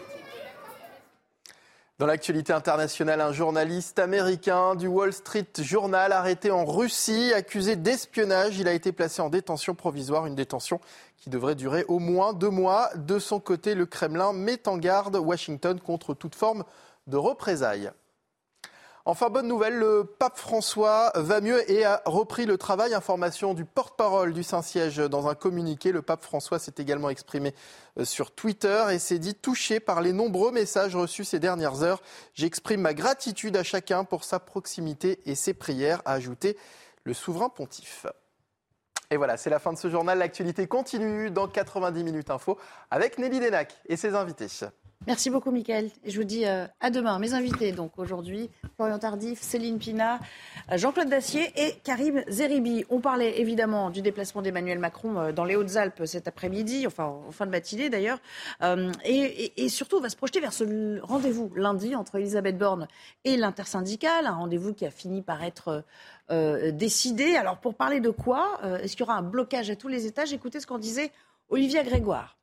Dans l'actualité internationale, un journaliste américain du Wall Street Journal arrêté en Russie, accusé d'espionnage. Il a été placé en détention provisoire, une détention qui devrait durer au moins deux mois. De son côté, le Kremlin met en garde Washington contre toute forme de représailles. Enfin, bonne nouvelle, le pape François va mieux et a repris le travail. Information du porte-parole du Saint-Siège dans un communiqué. Le pape François s'est également exprimé sur Twitter et s'est dit touché par les nombreux messages reçus ces dernières heures. J'exprime ma gratitude à chacun pour sa proximité et ses prières, a ajouté le souverain pontife. Et voilà, c'est la fin de ce journal. L'actualité continue dans quatre-vingt-dix minutes info avec Nelly Denac et ses invités. Merci beaucoup, Mickaël. Et je vous dis euh, à demain. Mes invités, donc aujourd'hui, Florian Tardif, Céline Pina, euh, Jean-Claude Dacier et Karim Zeribi. On parlait évidemment du déplacement d'Emmanuel Macron euh, dans les Hautes-Alpes cet après-midi, enfin en fin de matinée d'ailleurs. Euh, et, et, et surtout, on va se projeter vers ce rendez-vous lundi entre Elisabeth Borne et l'intersyndicale, un rendez-vous qui a fini par être euh, décidé. Alors pour parler de quoi euh, Est-ce qu'il y aura un blocage à tous les étages? Écoutez ce qu'en disait Olivia Grégoire.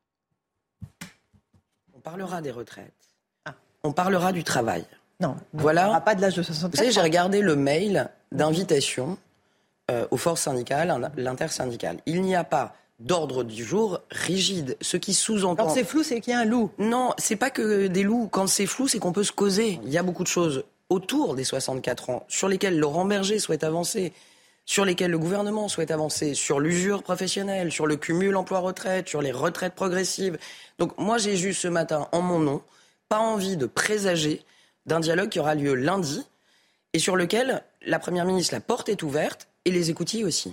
On parlera des retraites. Ah. On parlera du travail. Non, voilà. On n'aura pas de l'âge de soixante-quatre. Vous savez, j'ai regardé le mail d'invitation euh, aux forces syndicales, l'intersyndicale. Il n'y a pas d'ordre du jour rigide. Ce qui sous-entend... Quand c'est flou, c'est qu'il y a un loup. Non, c'est pas que des loups. Quand c'est flou, c'est qu'on peut se causer. Il y a beaucoup de choses autour des soixante-quatre ans sur lesquelles Laurent Berger souhaite avancer, sur lesquelles le gouvernement souhaite avancer, sur l'usure professionnelle, sur le cumul emploi-retraite, sur les retraites progressives. Donc moi, j'ai juste ce matin, en mon nom, pas envie de présager d'un dialogue qui aura lieu lundi et sur lequel la Première ministre, la porte est ouverte et les écoutilles aussi.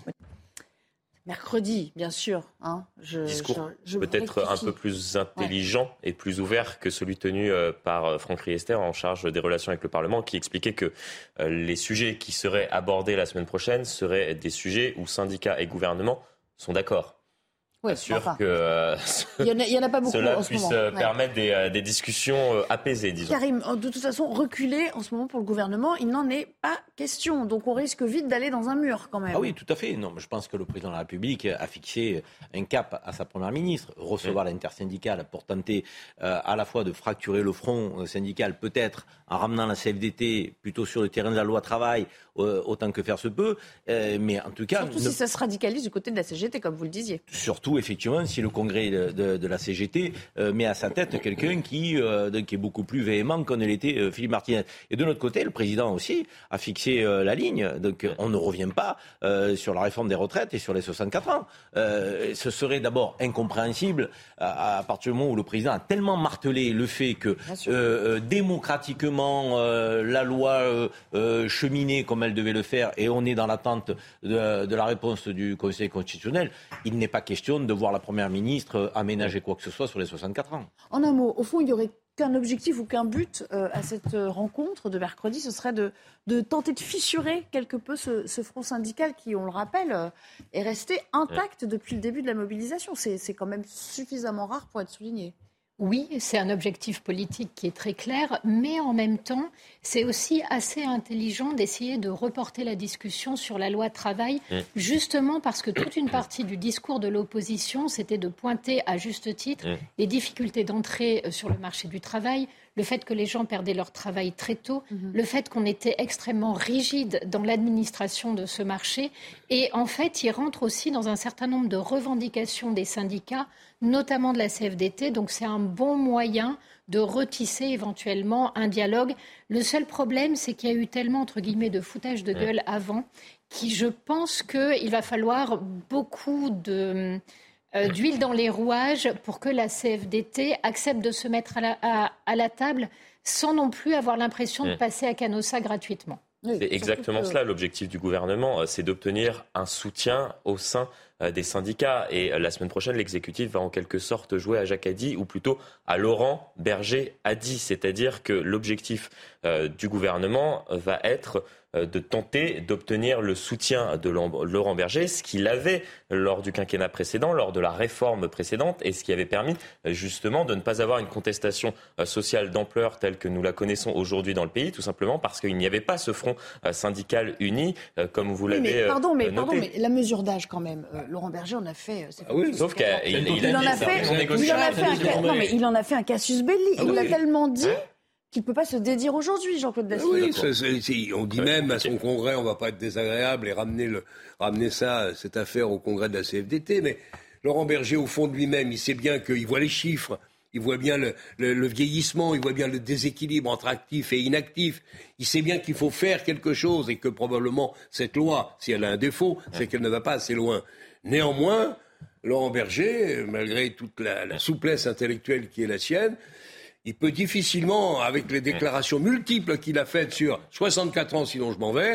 Mercredi, bien sûr. Hein, je, Discours je, je peut-être un peu plus intelligent ouais. et plus ouvert que celui tenu par Franck Riester en charge des relations avec le Parlement, qui expliquait que les sujets qui seraient abordés la semaine prochaine seraient des sujets où syndicats et gouvernement sont d'accord. Oui, pas sûr enfin, que euh, il n'y en, en a pas beaucoup cela en ce puisse moment. Ouais. permettre des, des discussions apaisées, disons. Karim, de toute façon, reculer en ce moment pour le gouvernement, il n'en est pas question. Donc on risque vite d'aller dans un mur quand même. Ah oui, tout à fait. Non, mais je pense que le président de la République a fixé un cap à sa première ministre, recevoir mmh. l'intersyndicale pour tenter euh, à la fois de fracturer le front syndical, peut-être en ramenant la C F D T plutôt sur le terrain de la loi travail, euh, autant que faire se peut. Euh, mais en tout cas... Surtout ne... si ça se radicalise du côté de la C G T, comme vous le disiez. Surtout, effectivement, si le congrès de, de, de la C G T euh, met à sa tête quelqu'un qui, euh, qui est beaucoup plus véhément qu'on ne l'était euh, Philippe Martinez. Et de notre côté, le président aussi a fixé euh, la ligne. Donc on ne revient pas euh, sur la réforme des retraites et sur les soixante-quatre ans. Euh, ce serait d'abord incompréhensible à, à partir du moment où le président a tellement martelé le fait que euh, démocratiquement euh, la loi euh, euh, cheminait comme elle devait le faire et on est dans l'attente de, de la réponse du Conseil constitutionnel. Il n'est pas question de voir la Première ministre aménager quoi que ce soit sur les soixante-quatre ans. En un mot, au fond, il n'y aurait qu'un objectif ou qu'un but euh, à cette rencontre de mercredi, ce serait de, de tenter de fissurer quelque peu ce, ce front syndical qui, on le rappelle, euh, est resté intact depuis le début de la mobilisation. C'est, c'est quand même suffisamment rare pour être souligné. Oui, c'est un objectif politique qui est très clair, mais en même temps, c'est aussi assez intelligent d'essayer de reporter la discussion sur la loi travail, mmh. justement parce que toute une partie du discours de l'opposition, c'était de pointer à juste titre mmh. les difficultés d'entrée sur le marché du travail, le fait que les gens perdaient leur travail très tôt, mmh. le fait qu'on était extrêmement rigide dans l'administration de ce marché. Et en fait, il rentre aussi dans un certain nombre de revendications des syndicats, notamment de la C F D T. Donc c'est un bon moyen de retisser éventuellement un dialogue. Le seul problème, c'est qu'il y a eu tellement, entre guillemets, de foutage de gueule avant, qui je pense qu'il va falloir beaucoup de... Euh, d'huile dans les rouages pour que la C F D T accepte de se mettre à la, à, à la table sans non plus avoir l'impression de passer à Canossa gratuitement. C'est exactement cela, l'objectif du gouvernement, c'est d'obtenir un soutien au sein des syndicats. Et la semaine prochaine, l'exécutif va en quelque sorte jouer à Jacques-Hady, ou plutôt à Laurent Berger-Hady. C'est-à-dire que l'objectif euh, du gouvernement va être euh, de tenter d'obtenir le soutien de Laurent Berger, ce qu'il avait lors du quinquennat précédent, lors de la réforme précédente, et ce qui avait permis justement de ne pas avoir une contestation euh, sociale d'ampleur telle que nous la connaissons aujourd'hui dans le pays, tout simplement parce qu'il n'y avait pas ce front euh, syndical uni, euh, comme vous l'avez oui, mais, pardon, mais, euh, noté. Pardon, mais la mesure d'âge quand même, euh, Laurent Berger en a fait... Ah oui, sauf qu'il il, il, il, il en a fait, il en a fait un, non, mais il en a fait un casus belli. Ah il oui. l'a tellement dit hein qu'il ne peut pas se dédire aujourd'hui, Jean-Claude Dacier. Oui, c'est, c'est, c'est, on dit même à son congrès, on ne va pas être désagréable et ramener, le, ramener ça, cette affaire au congrès de la C F D T. Mais Laurent Berger, au fond de lui-même, il sait bien qu'il voit les chiffres, il voit bien le, le, le vieillissement, il voit bien le déséquilibre entre actifs et inactifs. Il sait bien qu'il faut faire quelque chose et que probablement cette loi, si elle a un défaut, c'est qu'elle ne va pas assez loin. Néanmoins, Laurent Berger, malgré toute la, la souplesse intellectuelle qui est la sienne, il peut difficilement, avec les déclarations multiples qu'il a faites sur soixante-quatre ans, sinon je m'en vais,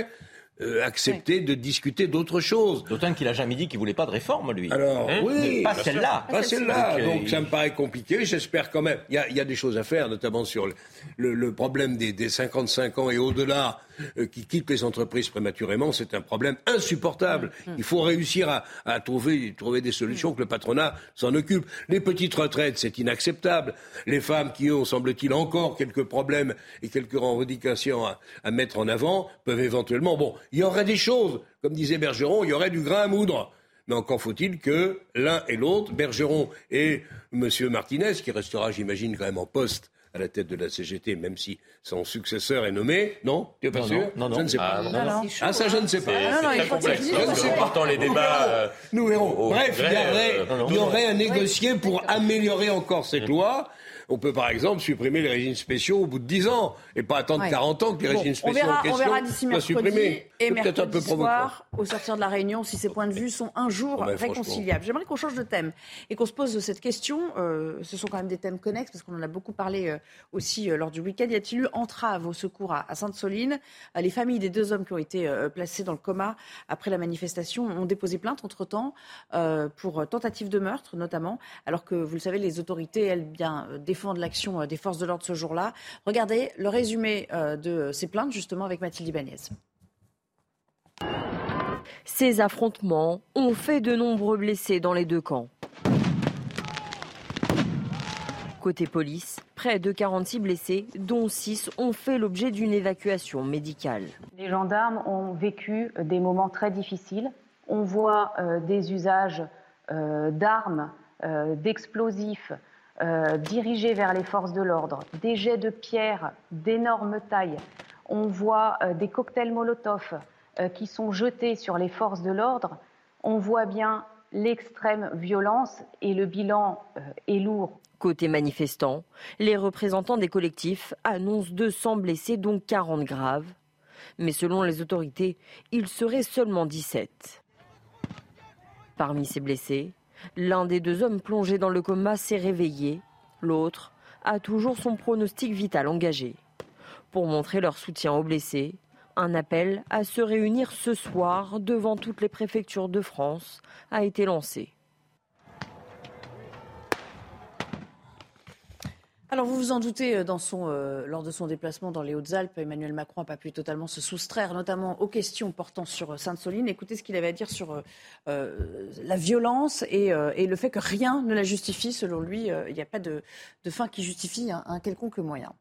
euh, accepter oui. de discuter d'autre chose. D'autant qu'il n'a jamais dit qu'il ne voulait pas de réforme, lui. Alors, hein oui. Mais pas celle-là. Pas celle-là. Donc, Donc euh, ça me paraît compliqué. J'espère quand même. Il y a, il y a des choses à faire, notamment sur le, le, le problème des, des cinquante-cinq ans et au-delà euh, qui quittent les entreprises prématurément. C'est un problème insupportable. Mmh. Il faut réussir à, à trouver, trouver des solutions, que le patronat s'en occupe. Les petites retraites, c'est inacceptable. Les femmes qui ont, semble-t-il, encore quelques problèmes et quelques revendications à, à mettre en avant peuvent éventuellement... Bon, il y aurait des choses, comme disait Bergeron, il y aurait du grain à moudre. Mais encore faut-il que l'un et l'autre, Bergeron et M. Martinez, qui restera, j'imagine, quand même en poste à la tête de la C G T, même si son successeur est nommé, non ? Tu n'es pas non, sûr ? Non, non, je ne sais pas. Ah, non, non, non. Ah, ça, je ne sais pas. C'est, ah, c'est non, très complexe. Je ne sais pas. Pourtant, les débats... Euh, Nous verrons. Au, Bref, au il y aurait, euh, non, non, il y aurait à négocier oui, pour améliorer encore cette mmh. loi. On peut par exemple supprimer les régimes spéciaux au bout de dix ans et pas attendre ouais. quarante ans que les bon, régimes spéciaux verra, en question soient supprimés. Et c'est peut-être un peu soir, au sortir de la réunion, si ces points de vue sont un jour oh ben, réconciliables. J'aimerais qu'on change de thème et qu'on se pose cette question. Euh, ce sont quand même des thèmes connexes parce qu'on en a beaucoup parlé euh, aussi euh, lors du week-end. Y a-t-il eu entrave au secours à, à Sainte-Soline ? euh, Les familles des deux hommes qui ont été euh, placés dans le coma après la manifestation ont déposé plainte entre-temps euh, pour tentative de meurtre notamment, alors que vous le savez, les autorités, elles, bien euh, défendent l'action euh, des forces de l'ordre ce jour-là. Regardez le résumé euh, de ces plaintes justement avec Mathilde Ibanez. Ces affrontements ont fait de nombreux blessés dans les deux camps. Côté police, près de quarante-six blessés, dont six ont fait l'objet d'une évacuation médicale. Les gendarmes ont vécu des moments très difficiles. On voit euh, des usages euh, d'armes, euh, d'explosifs, euh, dirigés vers les forces de l'ordre, des jets de pierres d'énorme taille. On voit euh, des cocktails Molotov euh, qui sont jetés sur les forces de l'ordre. On voit bien l'extrême violence et le bilan euh, est lourd. Côté manifestants, les représentants des collectifs annoncent deux cents blessés, dont quarante graves. Mais selon les autorités, il serait seulement dix-sept. Parmi ces blessés, l'un des deux hommes plongés dans le coma s'est réveillé. L'autre a toujours son pronostic vital engagé. Pour montrer leur soutien aux blessés, un appel à se réunir ce soir devant toutes les préfectures de France a été lancé. Alors vous vous en doutez, dans son, euh, lors de son déplacement dans les Hautes-Alpes, Emmanuel Macron n'a pas pu totalement se soustraire, notamment aux questions portant sur Sainte-Soline. Écoutez ce qu'il avait à dire sur euh, la violence et, euh, et le fait que rien ne la justifie. Selon lui, il euh, n'y a pas de, de fin qui justifie un, un quelconque moyen.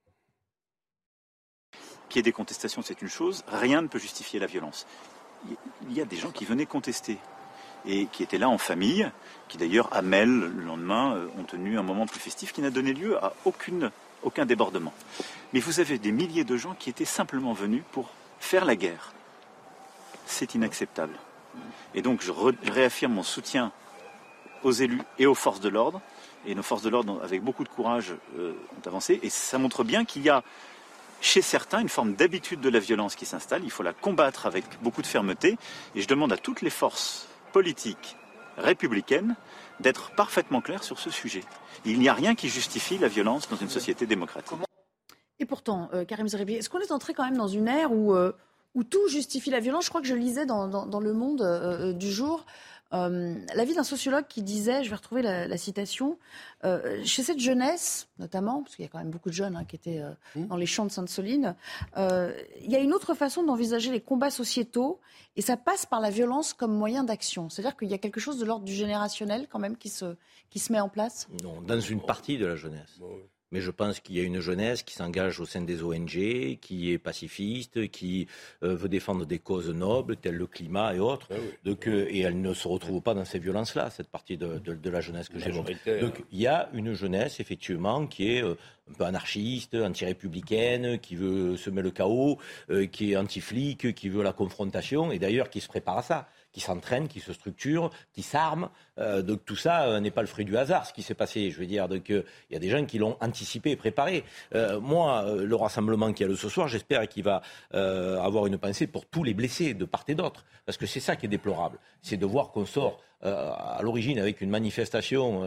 Qu'il y ait des contestations, c'est une chose. Rien ne peut justifier la violence. Il y a des gens qui venaient contester et qui étaient là en famille, qui d'ailleurs, à Mel, le lendemain, ont tenu un moment plus festif qui n'a donné lieu à aucune, aucun débordement. Mais vous avez des milliers de gens qui étaient simplement venus pour faire la guerre. C'est inacceptable. Et donc, je, re, je réaffirme mon soutien aux élus et aux forces de l'ordre. Et nos forces de l'ordre, avec beaucoup de courage, euh, ont avancé. Et ça montre bien qu'il y a chez certains une forme d'habitude de la violence qui s'installe. Il faut la combattre avec beaucoup de fermeté. Et je demande à toutes les forces politique républicaine d'être parfaitement claire sur ce sujet. Il n'y a rien qui justifie la violence dans une société démocratique. Et pourtant, euh, Karim Zeribi, est-ce qu'on est entré quand même dans une ère où, euh, où tout justifie la violence ? Je crois que je lisais dans, dans, dans Le Monde euh, du jour euh, l'avis d'un sociologue qui disait, je vais retrouver la, la citation, euh, chez cette jeunesse, notamment, parce qu'il y a quand même beaucoup de jeunes hein, qui étaient euh, mmh. dans les champs de Sainte-Soline, euh, il y a une autre façon d'envisager les combats sociétaux, et ça passe par la violence comme moyen d'action. C'est-à-dire qu'il y a quelque chose de l'ordre du générationnel quand même qui se, qui se met en place ? Non, dans une partie de la jeunesse. Mais je pense qu'il y a une jeunesse qui s'engage au sein des O N G, qui est pacifiste, qui euh, veut défendre des causes nobles, telles le climat et autres. Ah oui. Donc, euh, et elle ne se retrouve pas dans ces violences-là, cette partie de, de, de la jeunesse que j'évoque. Donc il y a une jeunesse, effectivement, qui est euh, un peu anarchiste, anti-républicaine, qui veut semer le chaos, euh, qui est anti-flic, qui veut la confrontation, et d'ailleurs qui se prépare à ça, qui s'entraîne, qui se structure, qui s'arme. Euh, donc tout ça euh, n'est pas le fruit du hasard, ce qui s'est passé. Je veux dire, donc il euh, y a des gens qui l'ont anticipé et préparé. Euh, moi, euh, le rassemblement qu'il y a le ce soir, j'espère qu'il va euh, avoir une pensée pour tous les blessés de part et d'autre, parce que c'est ça qui est déplorable, c'est de voir qu'on sort euh, à l'origine avec une manifestation euh,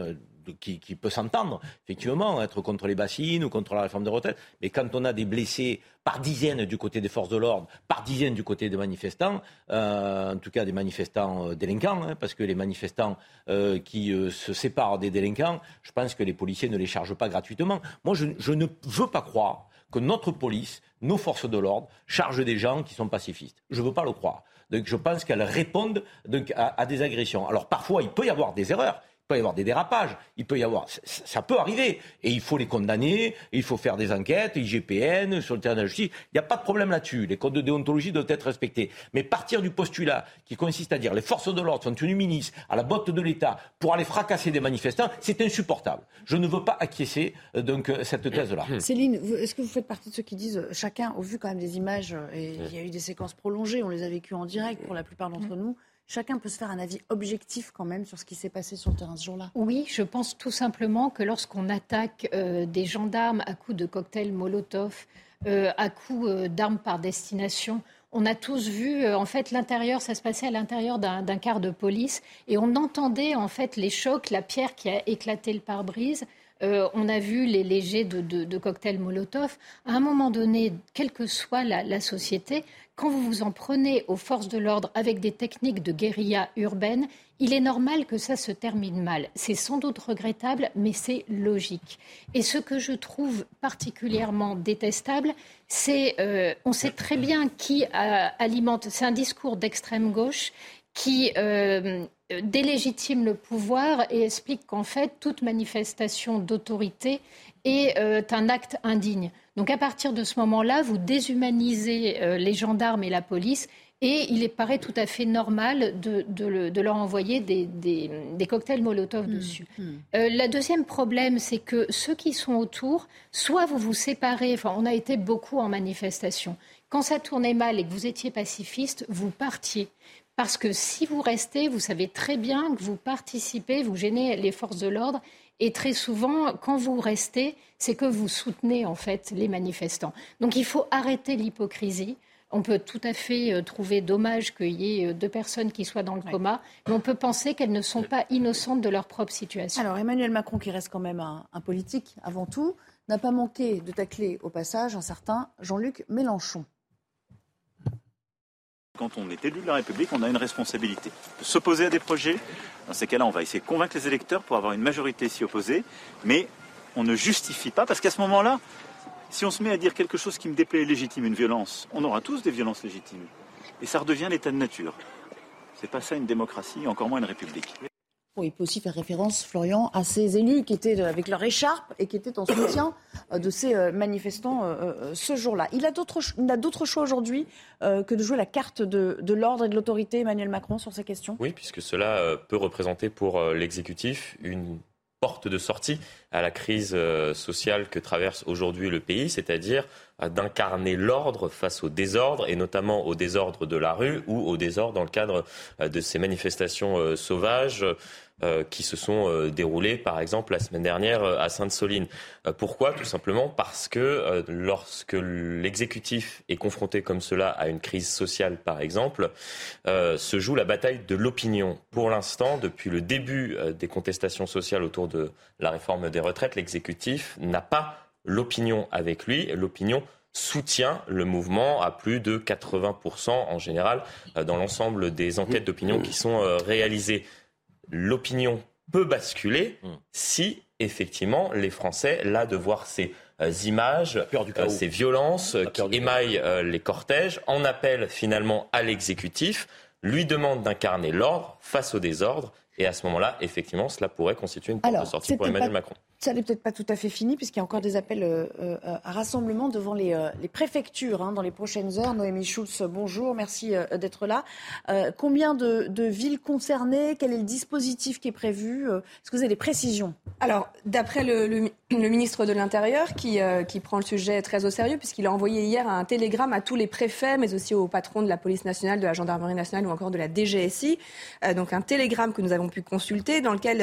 qui, qui peut s'entendre, effectivement, être contre les bassines ou contre la réforme des retraites. Mais quand on a des blessés par dizaines du côté des forces de l'ordre, par dizaines du côté des manifestants, euh, en tout cas des manifestants euh, délinquants, hein, parce que les manifestants euh, qui euh, se séparent des délinquants, je pense que les policiers ne les chargent pas gratuitement. Moi, je, je ne veux pas croire que notre police, nos forces de l'ordre, chargent des gens qui sont pacifistes. Je ne veux pas le croire. Donc je pense qu'elles répondent donc, à, à des agressions. Alors parfois, il peut y avoir des erreurs. Il peut y avoir des dérapages, il peut y avoir, ça peut arriver, et il faut les condamner, il faut faire des enquêtes, I G P N, sur le terrain de la justice, il n'y a pas de problème là-dessus, les codes de déontologie doivent être respectés. Mais partir du postulat qui consiste à dire les forces de l'ordre sont tenues ministres à la botte de l'État pour aller fracasser des manifestants, c'est insupportable. Je ne veux pas acquiescer donc cette thèse-là. Céline, est-ce que vous faites partie de ceux qui disent, chacun, au vu quand même des images, et il y a eu des séquences prolongées, on les a vécues en direct pour la plupart d'entre nous, chacun peut se faire un avis objectif quand même sur ce qui s'est passé sur le terrain ce jour-là. Oui, je pense tout simplement que lorsqu'on attaque euh, des gendarmes à coups de cocktails Molotov, euh, à coups euh, d'armes par destination, on a tous vu, euh, en fait, l'intérieur, ça se passait à l'intérieur d'un, d'un car de police, et on entendait en fait les chocs, la pierre qui a éclaté le pare-brise. Euh, on a vu les, les jets de, de, de cocktails Molotov. À un moment donné, quelle que soit la, la société, quand vous vous en prenez aux forces de l'ordre avec des techniques de guérilla urbaine, il est normal que ça se termine mal. C'est sans doute regrettable, mais c'est logique. Et ce que je trouve particulièrement détestable, c'est, euh, on sait très bien qui euh, alimente, c'est un discours d'extrême gauche qui euh, délégitime le pouvoir et explique qu'en fait, toute manifestation d'autorité est euh, un acte indigne. Donc à partir de ce moment-là, vous déshumanisez euh, les gendarmes et la police et il paraît tout à fait normal de, de, le, de leur envoyer des, des, des cocktails Molotov mmh, dessus. Mmh. Euh, le deuxième problème, c'est que ceux qui sont autour, soit vous vous séparez, enfin on a été beaucoup en manifestation. Quand ça tournait mal et que vous étiez pacifiste, vous partiez. Parce que si vous restez, vous savez très bien que vous participez, vous gênez les forces de l'ordre. Et très souvent, quand vous restez, c'est que vous soutenez en fait les manifestants. Donc il faut arrêter l'hypocrisie. On peut tout à fait trouver dommage qu'il y ait deux personnes qui soient dans le coma, mais on peut penser qu'elles ne sont pas innocentes de leur propre situation. Alors Emmanuel Macron, qui reste quand même un, un politique avant tout, n'a pas manqué de tacler au passage un certain Jean-Luc Mélenchon. Quand on est élu de la République, on a une responsabilité. S'opposer à des projets, dans ces cas-là, on va essayer de convaincre les électeurs pour avoir une majorité s'y opposer, mais on ne justifie pas, parce qu'à ce moment-là, si on se met à dire quelque chose qui me déplaît est légitime, une violence, on aura tous des violences légitimes. Et ça redevient l'état de nature. C'est pas ça une démocratie, encore moins une république. Bon, il peut aussi faire référence, Florian, à ces élus qui étaient avec leur écharpe et qui étaient en soutien de ces manifestants ce jour-là. Il a d'autres, il a d'autres choix aujourd'hui que de jouer la carte de, de l'ordre et de l'autorité, Emmanuel Macron, sur ces questions. Oui, puisque cela peut représenter pour l'exécutif une porte de sortie à la crise sociale que traverse aujourd'hui le pays, c'est-à-dire d'incarner l'ordre face au désordre, et notamment au désordre de la rue ou au désordre dans le cadre de ces manifestations sauvages Euh, qui se sont euh, déroulées, par exemple, la semaine dernière euh, à Sainte-Soline. Euh, pourquoi ? Tout simplement parce que euh, lorsque l'exécutif est confronté comme cela à une crise sociale, par exemple, euh, se joue la bataille de l'opinion. Pour l'instant, depuis le début euh, des contestations sociales autour de la réforme des retraites, l'exécutif n'a pas l'opinion avec lui. L'opinion soutient le mouvement à plus de quatre-vingts pour cent en général euh, dans l'ensemble des enquêtes d'opinion qui sont euh, réalisées. L'opinion peut basculer si, effectivement, les Français, là, de voir ces euh, images, euh, ces violences euh, qui émaillent euh, les cortèges, en appellent finalement à l'exécutif, lui demandent d'incarner l'ordre face au désordre. Et à ce moment-là, effectivement, cela pourrait constituer une porte de sortie pour Emmanuel pas, Macron. Ça n'est peut-être pas tout à fait fini, puisqu'il y a encore des appels euh, euh, à rassemblement devant les, euh, les préfectures hein, dans les prochaines heures. Noémie Schulz, bonjour, merci euh, d'être là. Euh, combien de, de villes concernées ? Quel est le dispositif qui est prévu ? Est-ce que vous avez des précisions ? Alors, d'après le, le, le ministre de l'Intérieur, qui, euh, qui prend le sujet très au sérieux, puisqu'il a envoyé hier un télégramme à tous les préfets, mais aussi aux patrons de la police nationale, de la gendarmerie nationale ou encore de la D G S I. Euh, donc un télégramme que nous avons pu consulter, dans lequel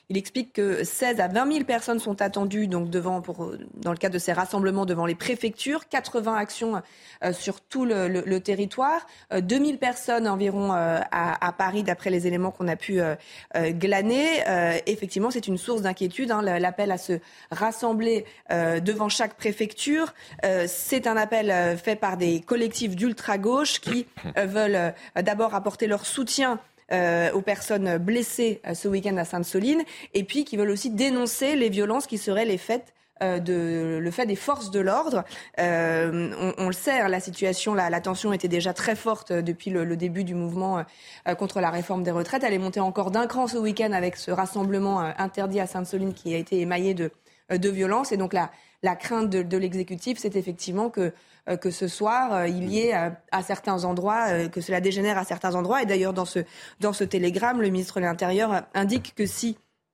Il explique que seize à vingt mille personnes sont attendues donc devant, pour, dans le cadre de ces rassemblements devant les préfectures, quatre-vingts actions euh, sur tout le, le, le territoire, euh, deux mille personnes environ euh, à, à Paris d'après les éléments qu'on a pu euh, euh, glaner. Euh, effectivement, c'est une source d'inquiétude, hein, l'appel à se rassembler euh, devant chaque préfecture. Euh, c'est un appel euh, fait par des collectifs d'ultra-gauche qui euh, veulent euh, d'abord apporter leur soutien Euh, aux personnes blessées euh, ce week-end à Sainte-Soline, et puis qui veulent aussi dénoncer les violences qui seraient les faits euh, de, le fait des forces de l'ordre. Euh, on, on le sait, hein, la situation, la, la tension était déjà très forte euh, depuis le, le début du mouvement euh, contre la réforme des retraites. Elle est montée encore d'un cran ce week-end avec ce rassemblement euh, interdit à Sainte-Soline qui a été émaillé de, euh, de violence. Et donc la, la crainte de, de l'exécutif, c'est effectivement que que ce soir, euh, il y ait euh, à certains endroits, euh, que cela dégénère à certains endroits. Et d'ailleurs, dans ce, dans ce télégramme, le ministre de l'Intérieur euh, indique que si,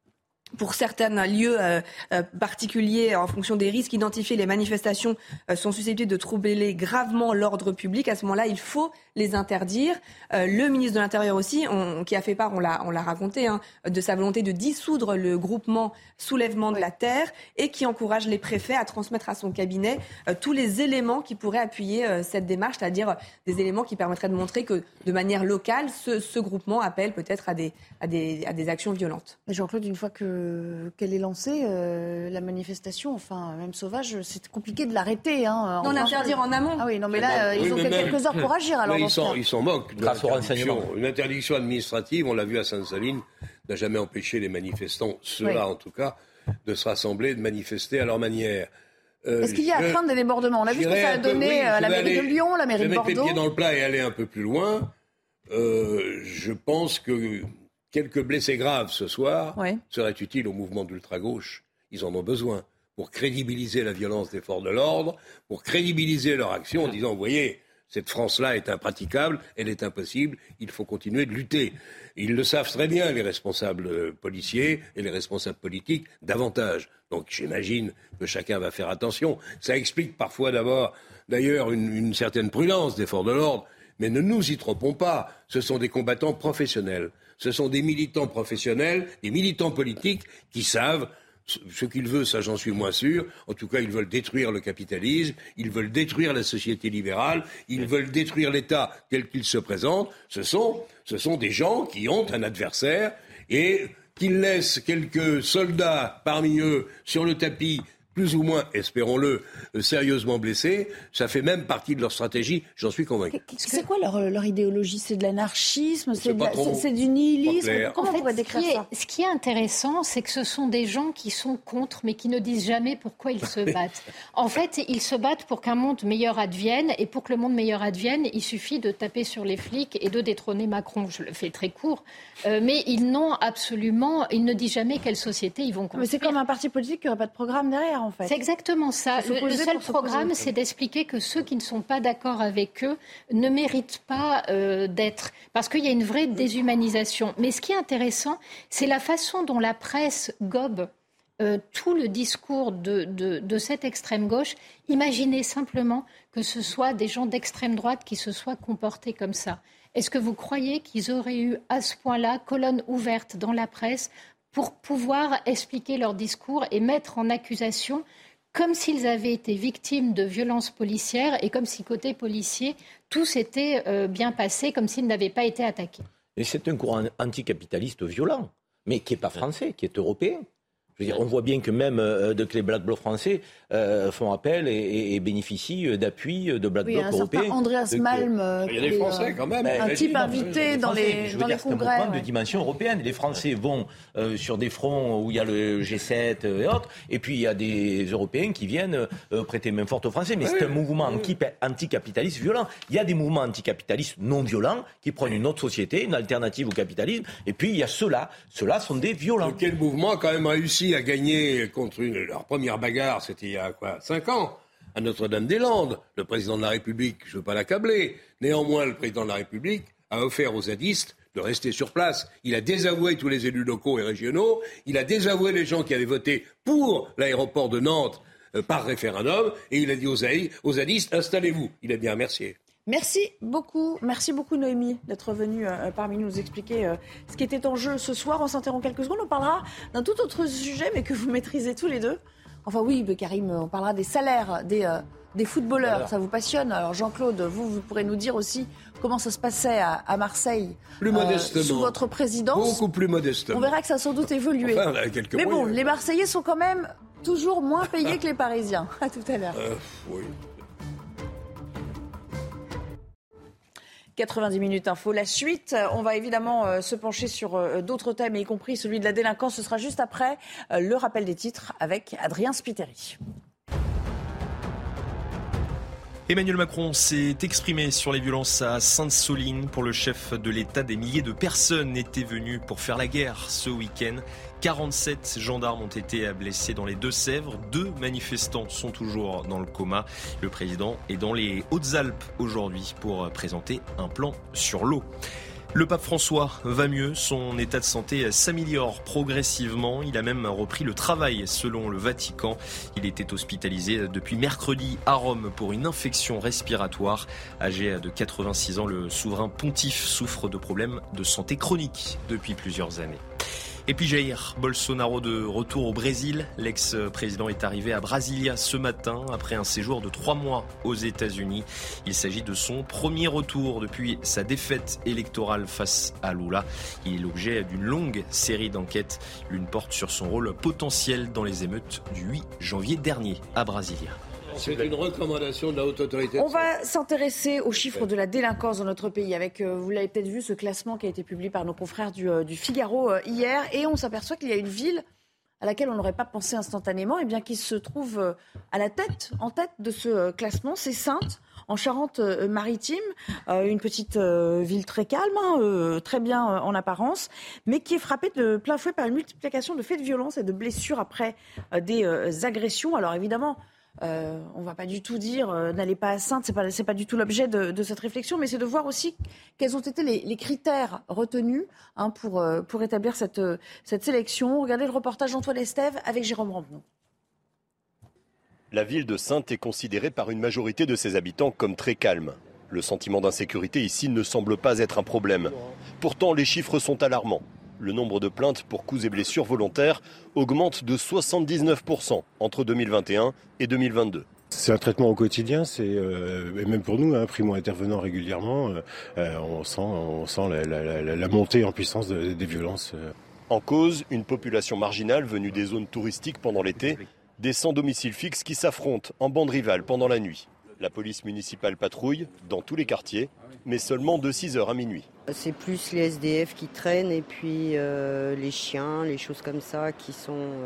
pour certains lieux euh, euh, particuliers, en fonction des risques identifiés, les manifestations euh, sont susceptibles de troubler gravement l'ordre public, à ce moment-là, il faut les interdire. Euh, le ministre de l'Intérieur aussi, on, qui a fait part, on l'a, on l'a raconté, hein, de sa volonté de dissoudre le groupement Soulèvement de la Terre et qui encourage les préfets à transmettre à son cabinet euh, tous les éléments qui pourraient appuyer euh, cette démarche, c'est-à-dire euh, des éléments qui permettraient de montrer que, de manière locale, ce, ce groupement appelle peut-être à des, à des, à des actions violentes. Mais Jean-Claude, une fois que, qu'elle est lancée, euh, la manifestation, enfin, même sauvage, c'est compliqué de l'arrêter. Hein, non, l'interdire en amont. Ah oui, non, mais là, euh, ils oui, ont quelques heures pour agir. Alors, ils, sont, ils s'en moquent. Grâce au renseignement. Une interdiction administrative, on l'a vu à Sainte-Soline, n'a jamais empêché les manifestants, ceux-là oui. en tout cas, de se rassembler, de manifester à leur manière. Euh, Est-ce qu'il y a à craindre des débordements ? On a vu ce que ça a donné oui, à la mairie aller, de Lyon, la mairie de Bordeaux. Je vais mettre les pieds dans le plat et aller un peu plus loin. Euh, je pense que quelques blessés graves ce soir oui. seraient utiles au mouvement d'ultra-gauche. Ils en ont besoin pour crédibiliser la violence des forces de l'ordre, pour crédibiliser leur action en disant, vous voyez, cette France-là est impraticable, elle est impossible, il faut continuer de lutter. Ils le savent très bien, les responsables policiers et les responsables politiques, davantage. Donc j'imagine que chacun va faire attention. Ça explique parfois d'abord, d'ailleurs, une, une certaine prudence des forces de l'ordre. Mais ne nous y trompons pas, ce sont des combattants professionnels. Ce sont des militants professionnels, des militants politiques qui savent ce qu'ils veulent, ça j'en suis moins sûr. En tout cas, ils veulent détruire le capitalisme, ils veulent détruire la société libérale, ils veulent détruire l'État tel qu'il se présente. Ce sont, ce sont des gens qui ont un adversaire et qu'ils laissent quelques soldats parmi eux sur le tapis, plus ou moins, espérons-le, euh, sérieusement blessés. Ça fait même partie de leur stratégie, j'en suis convaincu. C'est quoi leur, leur idéologie ? C'est de l'anarchisme ? C'est, de la, c'est, c'est du nihilisme ? Comment on pourrait décrire ça ? Ce qui est intéressant, c'est que ce sont des gens qui sont contre, mais qui ne disent jamais pourquoi ils se battent. En fait, ils se battent pour qu'un monde meilleur advienne, et pour que le monde meilleur advienne, il suffit de taper sur les flics et de détrôner Macron. Je le fais très court. Euh, mais ils n'ont absolument... Ils ne disent jamais quelle société ils vont construire. Mais c'est comme un parti politique qui n'aurait pas de programme derrière. En fait. C'est exactement ça. Le, le seul programme, c'est d'expliquer que ceux qui ne sont pas d'accord avec eux ne méritent pas euh, d'être... Parce qu'il y a une vraie déshumanisation. Mais ce qui est intéressant, c'est la façon dont la presse gobe euh, tout le discours de, de, de cette extrême gauche. Imaginez simplement que ce soit des gens d'extrême droite qui se soient comportés comme ça. Est-ce que vous croyez qu'ils auraient eu à ce point-là colonne ouverte dans la presse pour pouvoir expliquer leur discours et mettre en accusation comme s'ils avaient été victimes de violences policières et comme si, côté policier, tout s'était euh, bien passé, comme s'ils n'avaient pas été attaqués. Et c'est un courant anticapitaliste violent, mais qui n'est pas français, qui est européen. Je veux dire, on voit bien que même euh, de que les Black Blocs français euh, font appel et, et, et bénéficient d'appui de Black oui, Blocs européens. Andreas Malm, euh, il y a des Français quand même. Un type invité dans les, je veux dans dire, les congrès. C'est un mouvement de dimension européenne. Les Français vont euh, sur des fronts où il y a le G sept et autres, et puis il y a des Européens qui viennent euh, prêter main forte aux Français. Mais oui, c'est un mouvement oui. anticapitaliste violent. Il y a des mouvements anticapitalistes non violents qui prennent une autre société, une alternative au capitalisme. Et puis il y a ceux-là. Ceux-là sont des violents. Donc, quel mouvement a quand même réussi à gagner contre une, leur première bagarre, c'était il y a quoi, cinq ans, à Notre-Dame-des-Landes. Le président de la République, je ne veux pas l'accabler, néanmoins le président de la République a offert aux zadistes de rester sur place. Il a désavoué tous les élus locaux et régionaux, il a désavoué les gens qui avaient voté pour l'aéroport de Nantes euh, par référendum, et il a dit aux, aux zadistes, installez-vous. Il a bien remercié. Merci beaucoup, merci beaucoup Noémie d'être venue euh, parmi nous expliquer euh, ce qui était en jeu ce soir. On s'interrompt quelques secondes, on parlera d'un tout autre sujet mais que vous maîtrisez tous les deux. Enfin oui, Karim, on parlera des salaires des, euh, des footballeurs, voilà. Ça vous passionne. Alors Jean-Claude, vous, vous pourrez nous dire aussi comment ça se passait à, à Marseille plus modestement, euh, sous votre présidence. Beaucoup plus modestement. On verra que ça a sans doute évolué. Enfin, quelques mais bon, moyens. Les Marseillais sont quand même toujours moins payés que les Parisiens. À tout à l'heure. Euh, oui. quatre-vingt-dix minutes info. La suite, on va évidemment euh, se pencher sur euh, d'autres thèmes, y compris celui de la délinquance. Ce sera juste après euh, le rappel des titres avec Adrien Spiteri. Emmanuel Macron s'est exprimé sur les violences à Sainte-Soline. Pour le chef de l'État, des milliers de personnes étaient venues pour faire la guerre ce week-end. quarante-sept gendarmes ont été blessés dans les Deux-Sèvres. Deux manifestants sont toujours dans le coma. Le président est dans les Hautes-Alpes aujourd'hui pour présenter un plan sur l'eau. Le pape François va mieux, son état de santé s'améliore progressivement. Il a même repris le travail selon le Vatican. Il était hospitalisé depuis mercredi à Rome pour une infection respiratoire. Âgé de quatre-vingt-six ans, le souverain pontife souffre de problèmes de santé chroniques depuis plusieurs années. Et puis Jair Bolsonaro de retour au Brésil. L'ex-président est arrivé à Brasilia ce matin après un séjour de trois mois aux États-Unis. Il s'agit de son premier retour depuis sa défaite électorale face à Lula. Il est l'objet d'une longue série d'enquêtes. L'une porte sur son rôle potentiel dans les émeutes du huit janvier dernier à Brasilia. C'est une recommandation de la haute autorité. On va s'intéresser aux chiffres de la délinquance dans notre pays avec, euh, vous l'avez peut-être vu, ce classement qui a été publié par nos confrères du, euh, du Figaro euh, hier. Et on s'aperçoit qu'il y a une ville à laquelle on n'aurait pas pensé instantanément, et bien qui se trouve euh, à la tête, en tête de ce euh, classement. C'est Saintes, en Charente-Maritime, euh, une petite euh, ville très calme, hein, euh, très bien euh, en apparence, mais qui est frappée de plein fouet par une multiplication de faits de violence et de blessures après euh, des euh, agressions. Alors évidemment, Euh, on ne va pas du tout dire euh, n'allez pas à Saintes, ce n'est pas, c'est pas du tout l'objet de, de cette réflexion, mais c'est de voir aussi quels ont été les, les critères retenus hein, pour, euh, pour établir cette, euh, cette sélection. Regardez le reportage d'Antoine Estève avec Jérôme Rampenou. La ville de Saintes est considérée par une majorité de ses habitants comme très calme. Le sentiment d'insécurité ici ne semble pas être un problème. Pourtant, les chiffres sont alarmants. Le nombre de plaintes pour coups et blessures volontaires augmente de soixante-dix-neuf pour cent entre deux mille vingt et un et deux mille vingt-deux. C'est un traitement au quotidien, c'est, euh, et même pour nous, hein, primo-intervenant régulièrement, euh, on sent, on sent la, la, la, la montée en puissance de, des violences. En cause, une population marginale venue des zones touristiques pendant l'été, des sans domicile fixe qui s'affrontent en bande rivale pendant la nuit. La police municipale patrouille dans tous les quartiers, mais seulement de six heures à minuit. C'est plus les S D F qui traînent et puis euh, les chiens, les choses comme ça qui sont, euh,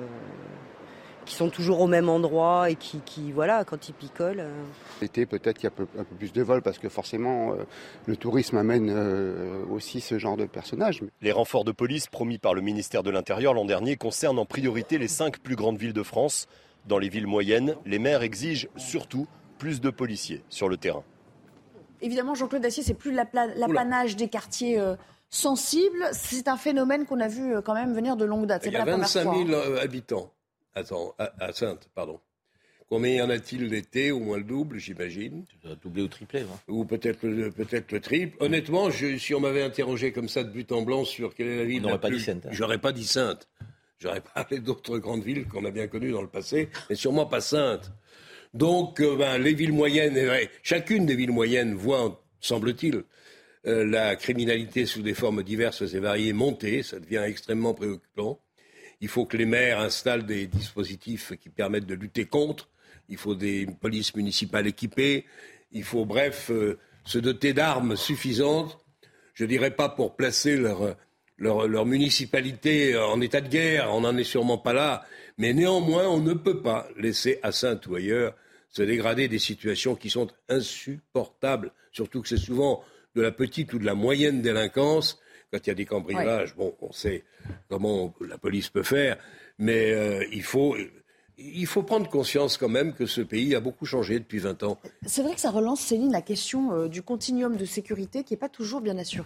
qui sont toujours au même endroit et qui, qui voilà, quand ils picolent. Euh... L'été, peut-être qu'il y a un peu, un peu plus de vols parce que forcément, euh, le tourisme amène euh, aussi ce genre de personnages. Les renforts de police promis par le ministère de l'Intérieur l'an dernier concernent en priorité les cinq plus grandes villes de France. Dans les villes moyennes, les maires exigent surtout plus de policiers sur le terrain. Évidemment, Jean-Claude Dacier, c'est plus l'apanage des quartiers euh, sensibles. C'est un phénomène qu'on a vu euh, quand même venir de longue date. C'est Il y a vingt-cinq mille euh, habitants Attends, à, à Saintes, pardon. Combien y en a-t-il l'été? Au moins le double, j'imagine. Ça doit doubler ou tripler. Hein. Ou peut-être le, peut-être le triple. Honnêtement, je, si on m'avait interrogé comme ça de but en blanc sur quelle est la ville... On n'aurait pas plus, dit Saintes. Hein. J'aurais pas dit Saintes. J'aurais parlé d'autres grandes villes qu'on a bien connues dans le passé, mais sûrement pas Saintes. Donc, euh, ben, les villes moyennes, chacune des villes moyennes voit, semble-t-il, euh, la criminalité sous des formes diverses et variées monter. Ça devient extrêmement préoccupant. Il faut que les maires installent des dispositifs qui permettent de lutter contre. Il faut des polices municipales équipées. Il faut, bref, euh, se doter d'armes suffisantes. Je ne dirais pas pour placer leur, leur, leur municipalité en état de guerre. On n'en est sûrement pas là. Mais néanmoins, on ne peut pas laisser à Saintes ou ailleurs se dégrader des situations qui sont insupportables. Surtout que c'est souvent de la petite ou de la moyenne délinquance. Quand il y a des cambriolages, oui. Bon, on sait comment la police peut faire. Mais euh, il faut... Il faut prendre conscience quand même que ce pays a beaucoup changé depuis vingt ans. C'est vrai que ça relance, Céline, la question euh, du continuum de sécurité qui n'est pas toujours bien assuré.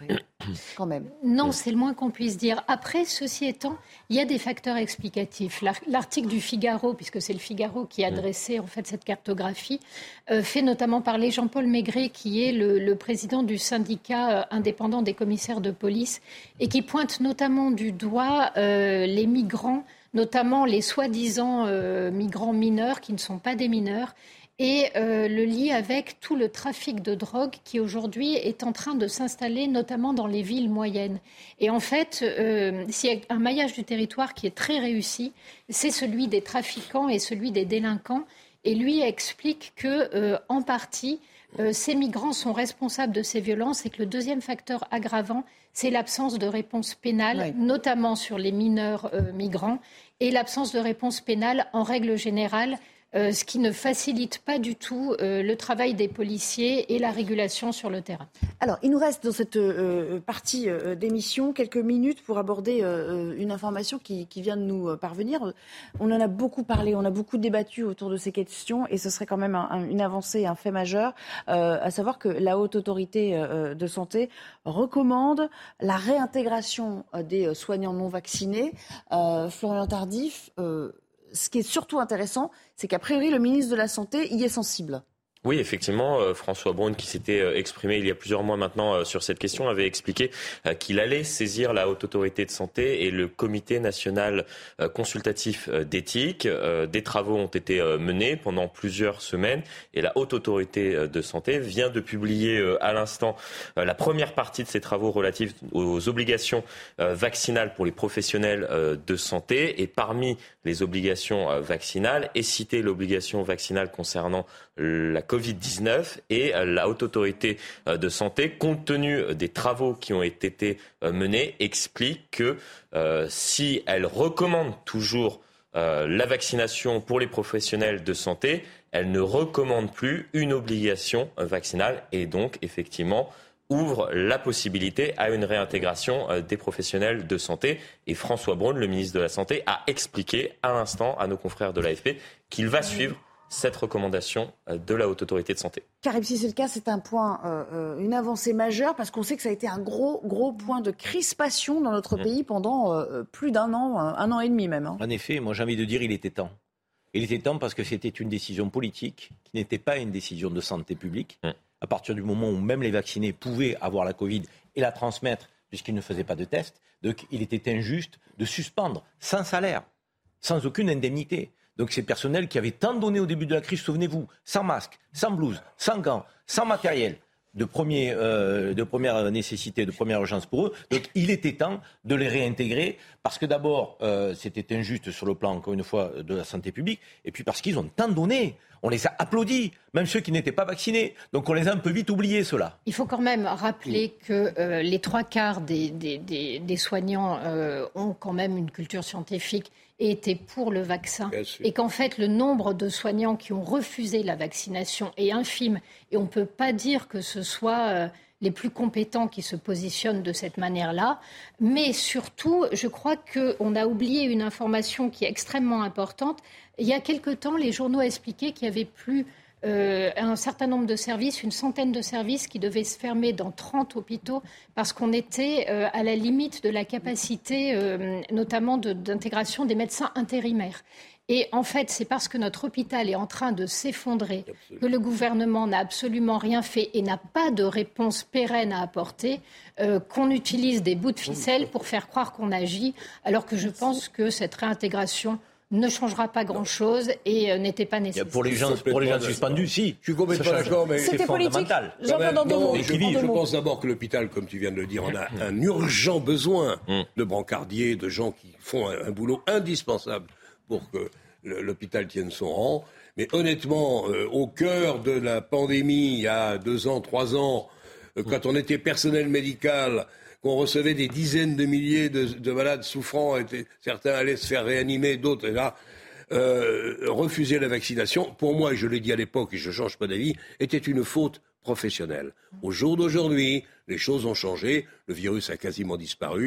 quand même. Non, c'est le moins qu'on puisse dire. Après, ceci étant, il y a des facteurs explicatifs. L'article du Figaro, puisque c'est le Figaro qui a dressé en fait cette cartographie, euh, fait notamment parler Jean-Paul Maigret, qui est le, le président du syndicat indépendant des commissaires de police, et qui pointe notamment du doigt euh, les migrants, notamment les soi-disant euh, migrants mineurs qui ne sont pas des mineurs, et euh, le lie avec tout le trafic de drogue qui aujourd'hui est en train de s'installer, notamment dans les villes moyennes. Et en fait, euh, s'il y a un maillage du territoire qui est très réussi, c'est celui des trafiquants et celui des délinquants. Et lui explique que, euh, en partie, euh, ces migrants sont responsables de ces violences et que le deuxième facteur aggravant, c'est l'absence de réponse pénale, oui. notamment sur les mineurs euh, migrants, et l'absence de réponse pénale en règle générale. Euh, ce qui ne facilite pas du tout euh, le travail des policiers et la régulation sur le terrain. Alors, il nous reste dans cette euh, partie euh, d'émission quelques minutes pour aborder euh, une information qui, qui vient de nous parvenir. On en a beaucoup parlé, on a beaucoup débattu autour de ces questions et ce serait quand même un, un, une avancée, un fait majeur, euh, à savoir que la Haute Autorité euh, de Santé recommande la réintégration des soignants non vaccinés. Euh, Florian Tardif, euh, ce qui est surtout intéressant, c'est qu'a priori, le ministre de la Santé y est sensible. Oui, effectivement, euh, François Braun, qui s'était euh, exprimé il y a plusieurs mois maintenant euh, sur cette question, avait expliqué euh, qu'il allait saisir la Haute Autorité de Santé et le Comité national euh, consultatif euh, d'éthique. Euh, des travaux ont été euh, menés pendant plusieurs semaines et la Haute Autorité euh, de Santé vient de publier euh, à l'instant euh, la première partie de ces travaux relatifs aux obligations euh, vaccinales pour les professionnels euh, de santé. Et parmi les obligations euh, vaccinales est citée l'obligation vaccinale concernant la covid dix-neuf et la Haute Autorité de Santé, compte tenu des travaux qui ont été menés, explique que euh, si elle recommande toujours euh, la vaccination pour les professionnels de santé, elle ne recommande plus une obligation vaccinale et donc effectivement ouvre la possibilité à une réintégration euh, des professionnels de santé. Et François Braun, le ministre de la Santé, a expliqué à l'instant à nos confrères de l'A F P qu'il va suivre cette recommandation de la Haute Autorité de Santé. Karim, si c'est le cas, c'est un point, euh, une avancée majeure parce qu'on sait que ça a été un gros, gros point de crispation dans notre mmh. pays pendant euh, plus d'un an, un an et demi même. Hein. En effet, moi j'ai envie de dire il était temps. Il était temps parce que c'était une décision politique qui n'était pas une décision de santé publique. Mmh. À partir du moment où même les vaccinés pouvaient avoir la Covid et la transmettre puisqu'ils ne faisaient pas de test, donc il était injuste de suspendre sans salaire, sans aucune indemnité. Donc ces personnels qui avaient tant donné au début de la crise, souvenez-vous, sans masque, sans blouse, sans gants, sans matériel de, premier, euh, de première nécessité, de première urgence pour eux. Donc il était temps de les réintégrer parce que d'abord euh, c'était injuste sur le plan, encore une fois, de la santé publique et puis parce qu'ils ont tant donné. On les a applaudis, même ceux qui n'étaient pas vaccinés. Donc on les a un peu vite oubliés, ceux-là. Il faut quand même rappeler que euh, les trois quarts des, des, des, des soignants euh, ont quand même une culture scientifique et étaient pour le vaccin. Et qu'en fait, le nombre de soignants qui ont refusé la vaccination est infime. Et on ne peut pas dire que ce soit euh, les plus compétents qui se positionnent de cette manière-là. Mais surtout, je crois qu'on a oublié une information qui est extrêmement importante. Il y a quelque temps, les journaux expliquaient qu'il y avait plus euh, un certain nombre de services, une centaine de services qui devaient se fermer dans trente hôpitaux parce qu'on était euh, à la limite de la capacité, euh, notamment de, d'intégration des médecins intérimaires. Et en fait, c'est parce que notre hôpital est en train de s'effondrer que le gouvernement n'a absolument rien fait et n'a pas de réponse pérenne à apporter, euh, qu'on utilise des bouts de ficelle pour faire croire qu'on agit, alors que je pense que cette réintégration ne changera pas grand-chose et euh, n'était pas nécessaire. Pour les gens, pour les gens suspendus, si. Je suis complètement d'accord, mais c'était c'est fondamental. Non, mais, non, je, je pense d'abord que l'hôpital, comme tu viens de le dire, en a un urgent besoin de brancardiers, de gens qui font un, un boulot indispensable pour que l'hôpital tienne son rang. Mais honnêtement, euh, au cœur de la pandémie, il y a deux ans, trois ans, euh, quand on était personnel médical, qu'on recevait des dizaines de milliers de, de malades souffrants, et certains allaient se faire réanimer, d'autres, et là, euh, refuser la vaccination, pour moi, je l'ai dit à l'époque, et je ne change pas d'avis, était une faute professionnelle. Au jour d'aujourd'hui, les choses ont changé, le virus a quasiment disparu,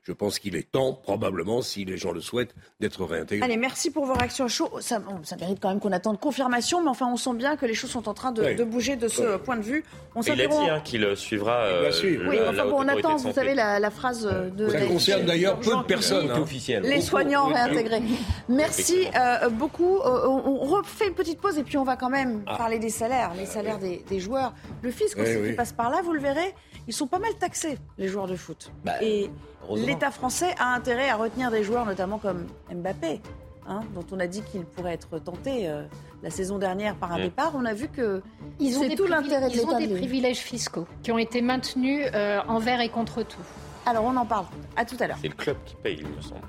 je pense qu'il est temps, probablement, si les gens le souhaitent, d'être réintégrés. Allez, merci pour vos réactions chaudes. Ça, ça mérite quand même qu'on attende confirmation, mais enfin, on sent bien que les choses sont en train de, oui. de bouger de ce oui. point de vue. On il a dit hein, qu'il suivra euh, le, oui, enfin, bon, on attend, vous savez, la, la phrase de... Ça la, concerne d'ailleurs peu de personnes. Hein. Officiel. Les soignants réintégrés. Merci euh, beaucoup. Euh, on refait une petite pause et puis on va quand même ah. parler des salaires, les salaires des, des joueurs. Le fisc aussi oui, qui oui. passe par là, vous le verrez, ils sont pas mal taxés, les joueurs de foot. Bah, et l'État français a intérêt à retenir des joueurs, notamment comme Mbappé, hein, dont on a dit qu'il pourrait être tenté euh, la saison dernière par un mmh. départ. On a vu que ils c'est ont tout l'intérêt de l'État. Ils ont des de privilèges fiscaux qui ont été maintenus euh, envers et contre tout. Alors on en parle. À tout à l'heure. C'est le club qui paye, il me semble.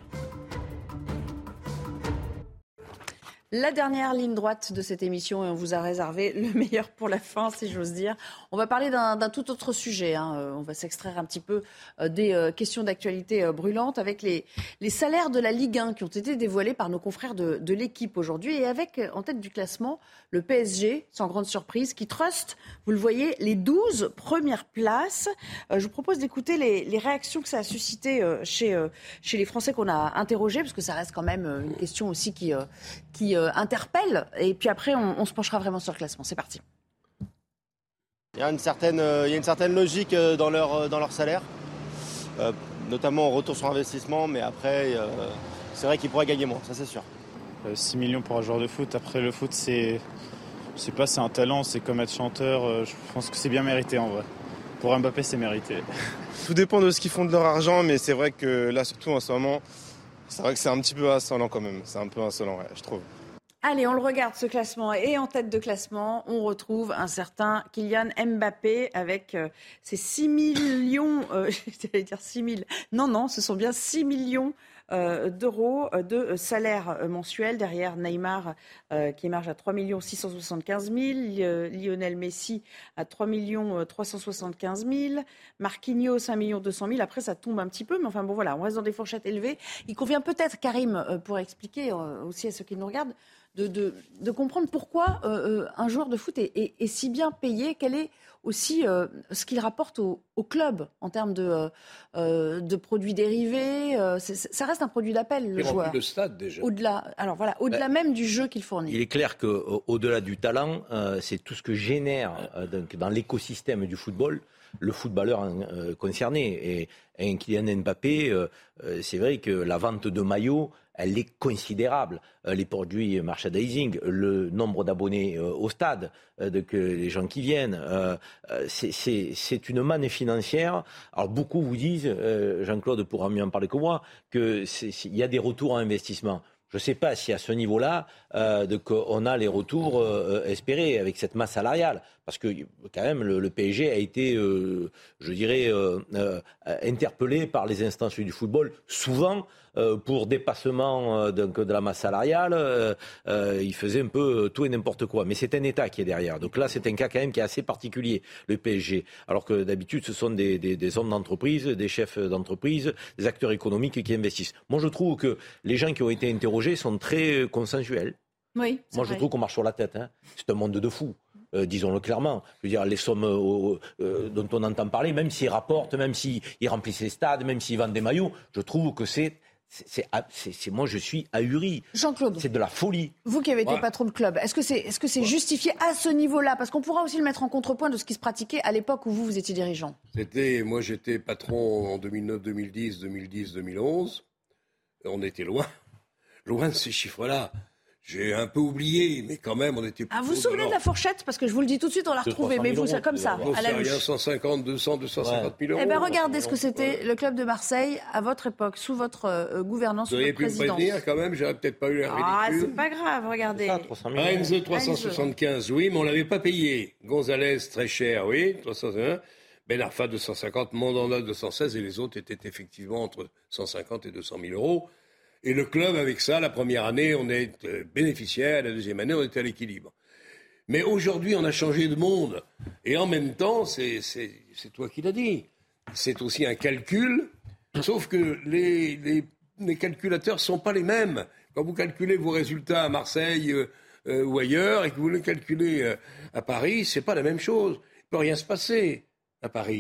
La dernière ligne droite de cette émission, et on vous a réservé le meilleur pour la fin, si j'ose dire. On va parler d'un, d'un tout autre sujet. Hein. On va s'extraire un petit peu des questions d'actualité brûlantes avec les, les salaires de la Ligue un qui ont été dévoilés par nos confrères de, de l'équipe aujourd'hui. Et avec, en tête du classement, le P S G, sans grande surprise, qui truste, vous le voyez, les douze premières places. Euh, je vous propose d'écouter les, les réactions que ça a suscité euh, chez, euh, chez les Français qu'on a interrogés, parce que ça reste quand même une question aussi qui... Euh, qui euh, interpelle, et puis après on, on se penchera vraiment sur le classement. C'est parti. Il y a une certaine, euh, il y a une certaine logique euh, dans leur, euh, dans leur salaire, euh, notamment en retour sur investissement, mais après euh, c'est vrai qu'ils pourraient gagner moins, ça c'est sûr. Euh, six millions pour un joueur de foot, après le foot c'est, je sais pas, c'est un talent, c'est comme être chanteur, euh, je pense que c'est bien mérité en vrai. Pour Mbappé c'est mérité. Tout dépend de ce qu'ils font de leur argent, mais c'est vrai que là surtout en ce moment, c'est vrai que c'est un petit peu insolent quand même, c'est un peu insolent, ouais, je trouve. Allez, on le regarde ce classement et en tête de classement, on retrouve un certain Kylian Mbappé avec euh, ses six millions, euh, j'allais dire six mille, non, non, ce sont bien six millions euh, d'euros de salaire mensuel derrière Neymar euh, qui émarge à trois millions six cent soixante-quinze mille, euh, Lionel Messi à trois millions trois cent soixante-quinze mille, Marquinhos cinq millions deux cent mille, après ça tombe un petit peu, mais enfin bon voilà, on reste dans des fourchettes élevées. Il convient peut-être, Karim, euh, pour expliquer euh, aussi à ceux qui nous regardent, De, de, de comprendre pourquoi euh, un joueur de foot est, est, est si bien payé, quel est aussi euh, ce qu'il rapporte au, au club en termes de, euh, de produits dérivés. Euh, c'est, ça reste un produit d'appel, le il joueur. Le stade, déjà. Au-delà, alors voilà, au-delà ben, même du jeu qu'il fournit. Il est clair qu'au-delà du talent, euh, c'est tout ce que génère euh, donc, dans l'écosystème du football le footballeur euh, concerné. Et, et un Kylian Mbappé, euh, euh, c'est vrai que la vente de maillots, elle est considérable. Euh, les produits merchandising, le nombre d'abonnés euh, au stade, euh, de que les gens qui viennent, euh, c'est, c'est, c'est une manne financière. Alors beaucoup vous disent, euh, Jean-Claude pourra mieux en parler que moi, qu'il y a des retours à investissement. Je ne sais pas si à ce niveau-là, euh, de, on a les retours euh, espérés avec cette masse salariale. Parce que quand même, le, le P S G a été, euh, je dirais, euh, euh, interpellé par les instances du football, souvent euh, pour dépassement euh, de, de la masse salariale. Euh, euh, il faisait un peu tout et n'importe quoi. Mais c'est un État qui est derrière. Donc là, c'est un cas quand même qui est assez particulier, le P S G. Alors que d'habitude, ce sont des, des, des hommes d'entreprise, des chefs d'entreprise, des acteurs économiques qui investissent. Moi, je trouve que les gens qui ont été interrogés sont très consensuels. Oui, Moi, je vrai. trouve qu'on marche sur la tête. Hein. C'est un monde de fous. Euh, disons-le clairement. Je veux dire, les sommes euh, euh, dont on entend parler, même s'ils rapportent, même s'ils remplissent les stades, même s'ils vendent des maillots, je trouve que c'est, c'est, c'est, c'est, c'est moi, je suis ahuri. Jean-Claude, c'est de la folie. Vous qui avez été ouais. patron de club, est-ce que c'est, est-ce que c'est ouais. justifié à ce niveau-là? Parce qu'on pourra aussi le mettre en contrepoint de ce qui se pratiquait à l'époque où vous, vous étiez dirigeant. C'était, moi, j'étais patron en deux mille neuf, deux mille dix, deux mille dix, deux mille onze. On était loin, loin de ces chiffres-là. J'ai un peu oublié, mais quand même, on était... Ah, vous vous souvenez de la fourchette? Parce que je vous le dis tout de suite, on l'a retrouvée, mais vous, c'est comme ça, bon, à la louche. Rien, cent cinquante, deux cents, deux cent cinquante mille euros. Eh bien, regardez ce que c'était le club de Marseille à votre époque, sous votre euh, gouvernance, sous votre présidence. Vous auriez pu me prévenir quand même, j'aurais peut-être pas eu l'air ridicule. Ah, c'est pas grave, regardez. Heinze, trois cent soixante-quinze, oui, mais on l'avait pas payé. Gonzalez, très cher, oui, trois cent un. Ben Arfa, deux cent cinquante, Mandanda, deux cent seize, et les autres étaient effectivement entre cent cinquante et deux cent mille euros. Et le club, avec ça, la première année, on est bénéficiaire, la deuxième année, on était à l'équilibre. Mais aujourd'hui, on a changé de monde. Et en même temps, c'est, c'est, c'est toi qui l'as dit, c'est aussi un calcul, sauf que les, les, les calculateurs ne sont pas les mêmes. Quand vous calculez vos résultats à Marseille euh, euh, ou ailleurs, et que vous les calculez euh, à Paris, c'est pas la même chose. Il ne peut rien se passer à Paris.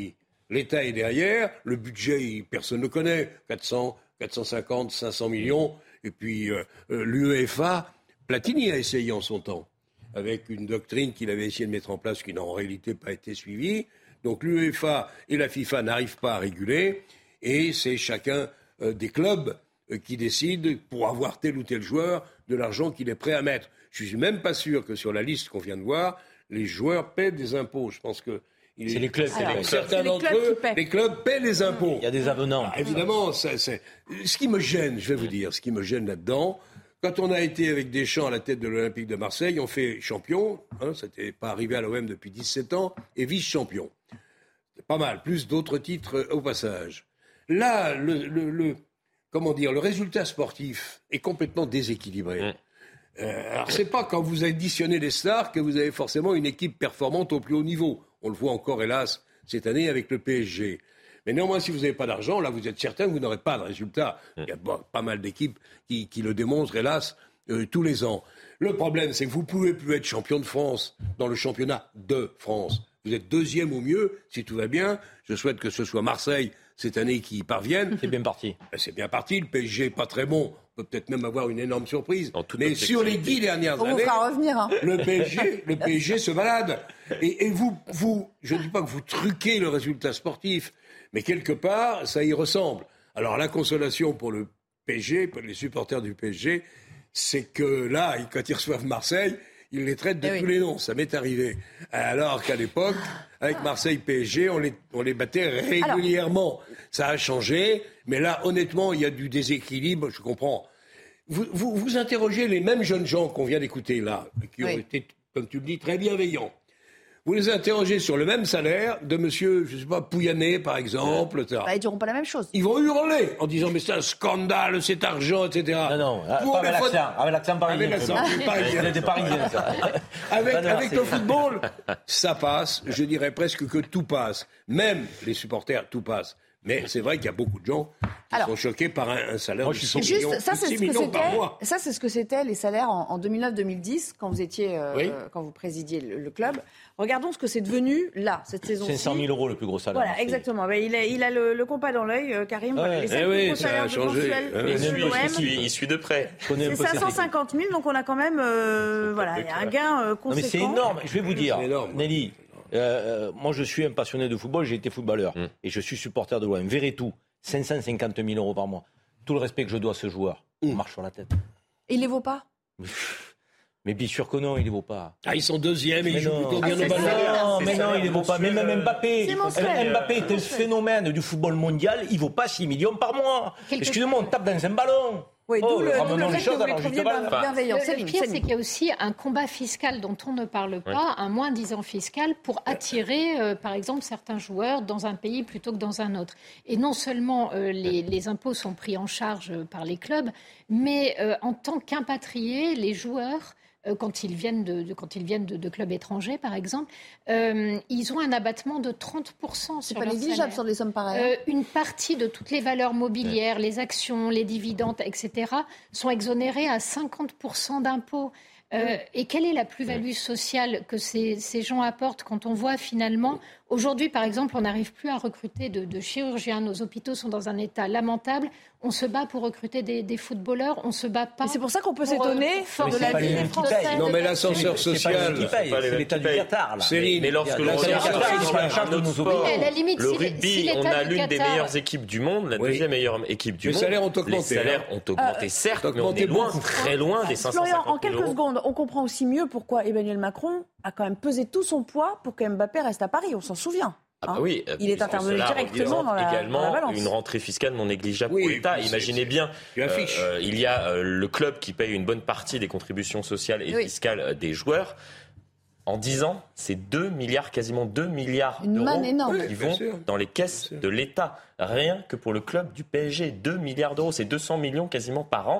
L'État est derrière, le budget, personne ne le connaît, quatre cents, quatre cent cinquante, cinq cents millions. Et puis euh, l'UEFA, Platini a essayé en son temps, avec une doctrine qu'il avait essayé de mettre en place qui n'a en réalité pas été suivie. Donc l'UEFA et la FIFA n'arrivent pas à réguler, et c'est chacun euh, des clubs euh, qui décide, pour avoir tel ou tel joueur, de l'argent qu'il est prêt à mettre. Je ne suis même pas sûr que sur la liste qu'on vient de voir, les joueurs paient des impôts. Je pense que il c'est est... les clubs. Alors, les certains clubs. d'entre eux, les clubs paient les impôts. Il y a des avenants. Alors, évidemment, ça, c'est... ce qui me gêne, je vais vous dire, ce qui me gêne là-dedans, quand on a été avec Deschamps à la tête de l'Olympique de Marseille, on fait champion, hein, ça n'était pas arrivé à l'O M depuis dix-sept ans, et vice-champion. C'est pas mal, plus d'autres titres au passage. Là, le, le, le, comment dire, le résultat sportif est complètement déséquilibré. Mmh. Euh, alors, c'est pas quand vous additionnez les stars que vous avez forcément une équipe performante au plus haut niveau. On le voit encore, hélas, cette année avec le P S G. Mais néanmoins, si vous n'avez pas d'argent, là, vous êtes certain que vous n'aurez pas de résultat. Il y a bon, pas mal d'équipes qui, qui le démontrent, hélas, euh, tous les ans. Le problème, c'est que vous ne pouvez plus être champion de France dans le championnat de France. Vous êtes deuxième au mieux, si tout va bien. Je souhaite que ce soit Marseille, cette année, qui y parvienne. C'est bien parti. C'est bien parti. Le P S G n'est pas très bon. On peut peut-être même avoir une énorme surprise. Mais sur les dix dernières on années, vous fera revenir, hein. le P S G, le P S G se balade. Et, et vous, vous, je ne dis pas que vous truquez le résultat sportif, mais quelque part, ça y ressemble. Alors la consolation pour le P S G, pour les supporters du P S G, c'est que là, quand ils reçoivent Marseille, ils les traitent de eh tous oui. les noms. Ça m'est arrivé. Alors qu'à l'époque, avec Marseille-P S G, on les, on les battait régulièrement. Alors, ça a changé, mais là, honnêtement, il y a du déséquilibre, je comprends. Vous, vous, vous interrogez les mêmes jeunes gens qu'on vient d'écouter là, qui ont oui. été, comme tu le dis, très bienveillants. Vous les interrogez sur le même salaire de monsieur, je ne sais pas, Pouyanné, par exemple, et cetera. Bah, ils ne diront pas la même chose. Ils vont hurler en disant, mais c'est un scandale, cet argent, et cetera. Non, non, Pour pas avec l'accent, fautes... avec l'accent parisien. Avec l'accent parisien. Des parisiens, ça. Avec, avec le football, ça passe. Je dirais presque que tout passe. Même les supporters, tout passe. Mais c'est vrai qu'il y a beaucoup de gens qui Alors, sont choqués par un, un salaire moi, de six millions, juste, ça, c'est six ce millions par mois. Ça, c'est ce que c'était les salaires en, en deux mille neuf deux mille dix, quand vous étiez, euh, oui. quand vous présidiez le, le club. Regardons ce que c'est devenu là, cette saison-ci. cinq cent mille euros le plus gros salaire. Voilà, exactement. Mais il a, il a le, le compas dans l'œil, euh, Karim. Ouais. Les cinq oui, gros salaires mensuels de l'O M. Il suit, il suit de près. C'est cinq cent cinquante mille, donc on a quand même euh, voilà, il y a un gain euh, conséquent. Non, mais c'est énorme. Je vais vous dire, Nelly. Euh, moi, je suis un passionné de football. J'ai été footballeur mm. et je suis supporter de l'O M. Verretou. cinq cent cinquante mille euros par mois. Tout le respect que je dois à ce joueur, on marche sur la tête. Et il les vaut pas ? Mais bien sûr que non, il les vaut pas. Ah, ils sont deuxièmes et ils jouent plutôt bien au ballon. Non, mais non, il les vaut pas. Mais même Mbappé, c'est Mbappé est un phénomène du football mondial, il vaut pas six millions par mois. Quelque... Excusez-moi, on tape dans un ballon. Oui, oh, d'où le, d'où le fait que vous les trouviez enfin, bienveillants. Le, le pire, c'est qu'il y a aussi un combat fiscal dont on ne parle pas, oui. un moins-disant fiscal pour attirer, euh, par exemple, certains joueurs dans un pays plutôt que dans un autre. Et non seulement euh, les, les impôts sont pris en charge par les clubs, mais euh, en tant qu'impatriés, les joueurs... Quand ils viennent de, de, quand ils viennent de, de clubs étrangers, par exemple, euh, ils ont un abattement de trente pour cent sur leur salaire. C'est pas négligeable sur des sommes pareilles. Euh, une partie de toutes les valeurs mobilières, les actions, les dividendes, et cetera, sont exonérées à cinquante pour cent d'impôts. Euh, et quelle est la plus-value sociale que ces, ces gens apportent quand on voit finalement... Aujourd'hui, par exemple, on n'arrive plus à recruter de, de chirurgiens. Nos hôpitaux sont dans un état lamentable. On se bat pour recruter des, des footballeurs. On ne se bat pas. Et c'est pour ça qu'on peut s'étonner euh, de la vie des Français. Non, mais l'ascenseur social, c'est, c'est l'État du Qatar. Céline, mais lorsque l'on regarde de nos sport, le rugby, on a l'une des meilleures équipes du monde, la deuxième meilleure équipe du monde. Les salaires ont augmenté. Les salaires ont augmenté, certes, mais on est loin, très loin des cinq cent cinquante mille euros. Florian, en quelques secondes, on comprend aussi mieux pourquoi Emmanuel Macron a quand même pesé tout son poids pour que Mbappé reste à Paris. On s'en souvient. Ah bah oui, il est intervenu directement dans la, également dans la balance. Une rentrée fiscale non négligeable oui, pour l'État. Imaginez c'est, bien, euh, il y a euh, le club qui paye une bonne partie des contributions sociales et oui. fiscales euh, des joueurs. En dix ans, c'est deux milliards, quasiment deux milliards une d'euros énorme. qui vont dans les caisses de l'État. Rien que pour le club du P S G, deux milliards d'euros, c'est deux cents millions quasiment par an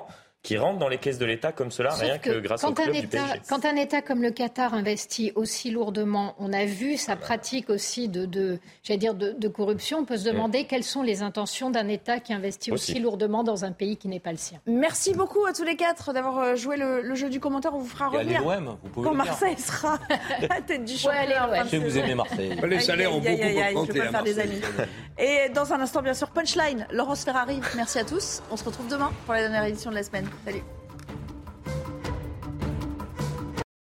qui rentrent dans les caisses de l'État comme cela, Sauf rien que, que grâce au club un du État, P S G. Quand un État comme le Qatar investit aussi lourdement, on a vu sa pratique aussi de, de, j'allais dire de, de corruption, on peut se demander mmh. quelles sont les intentions d'un État qui investit aussi. aussi lourdement dans un pays qui n'est pas le sien. Merci beaucoup à tous les quatre d'avoir joué le, le jeu du commentaire. On vous fera revenir l'O M, vous pouvez quand Marseille sera à la tête du championnat. Ouais, si vous aimez Marseille. Les salaires ont beaucoup augmenté. Je vais pas faire des amis. Et dans un instant, bien sûr, Punchline, Laurence Ferrari. Merci à tous. On se retrouve demain pour la dernière édition de la semaine. Salut.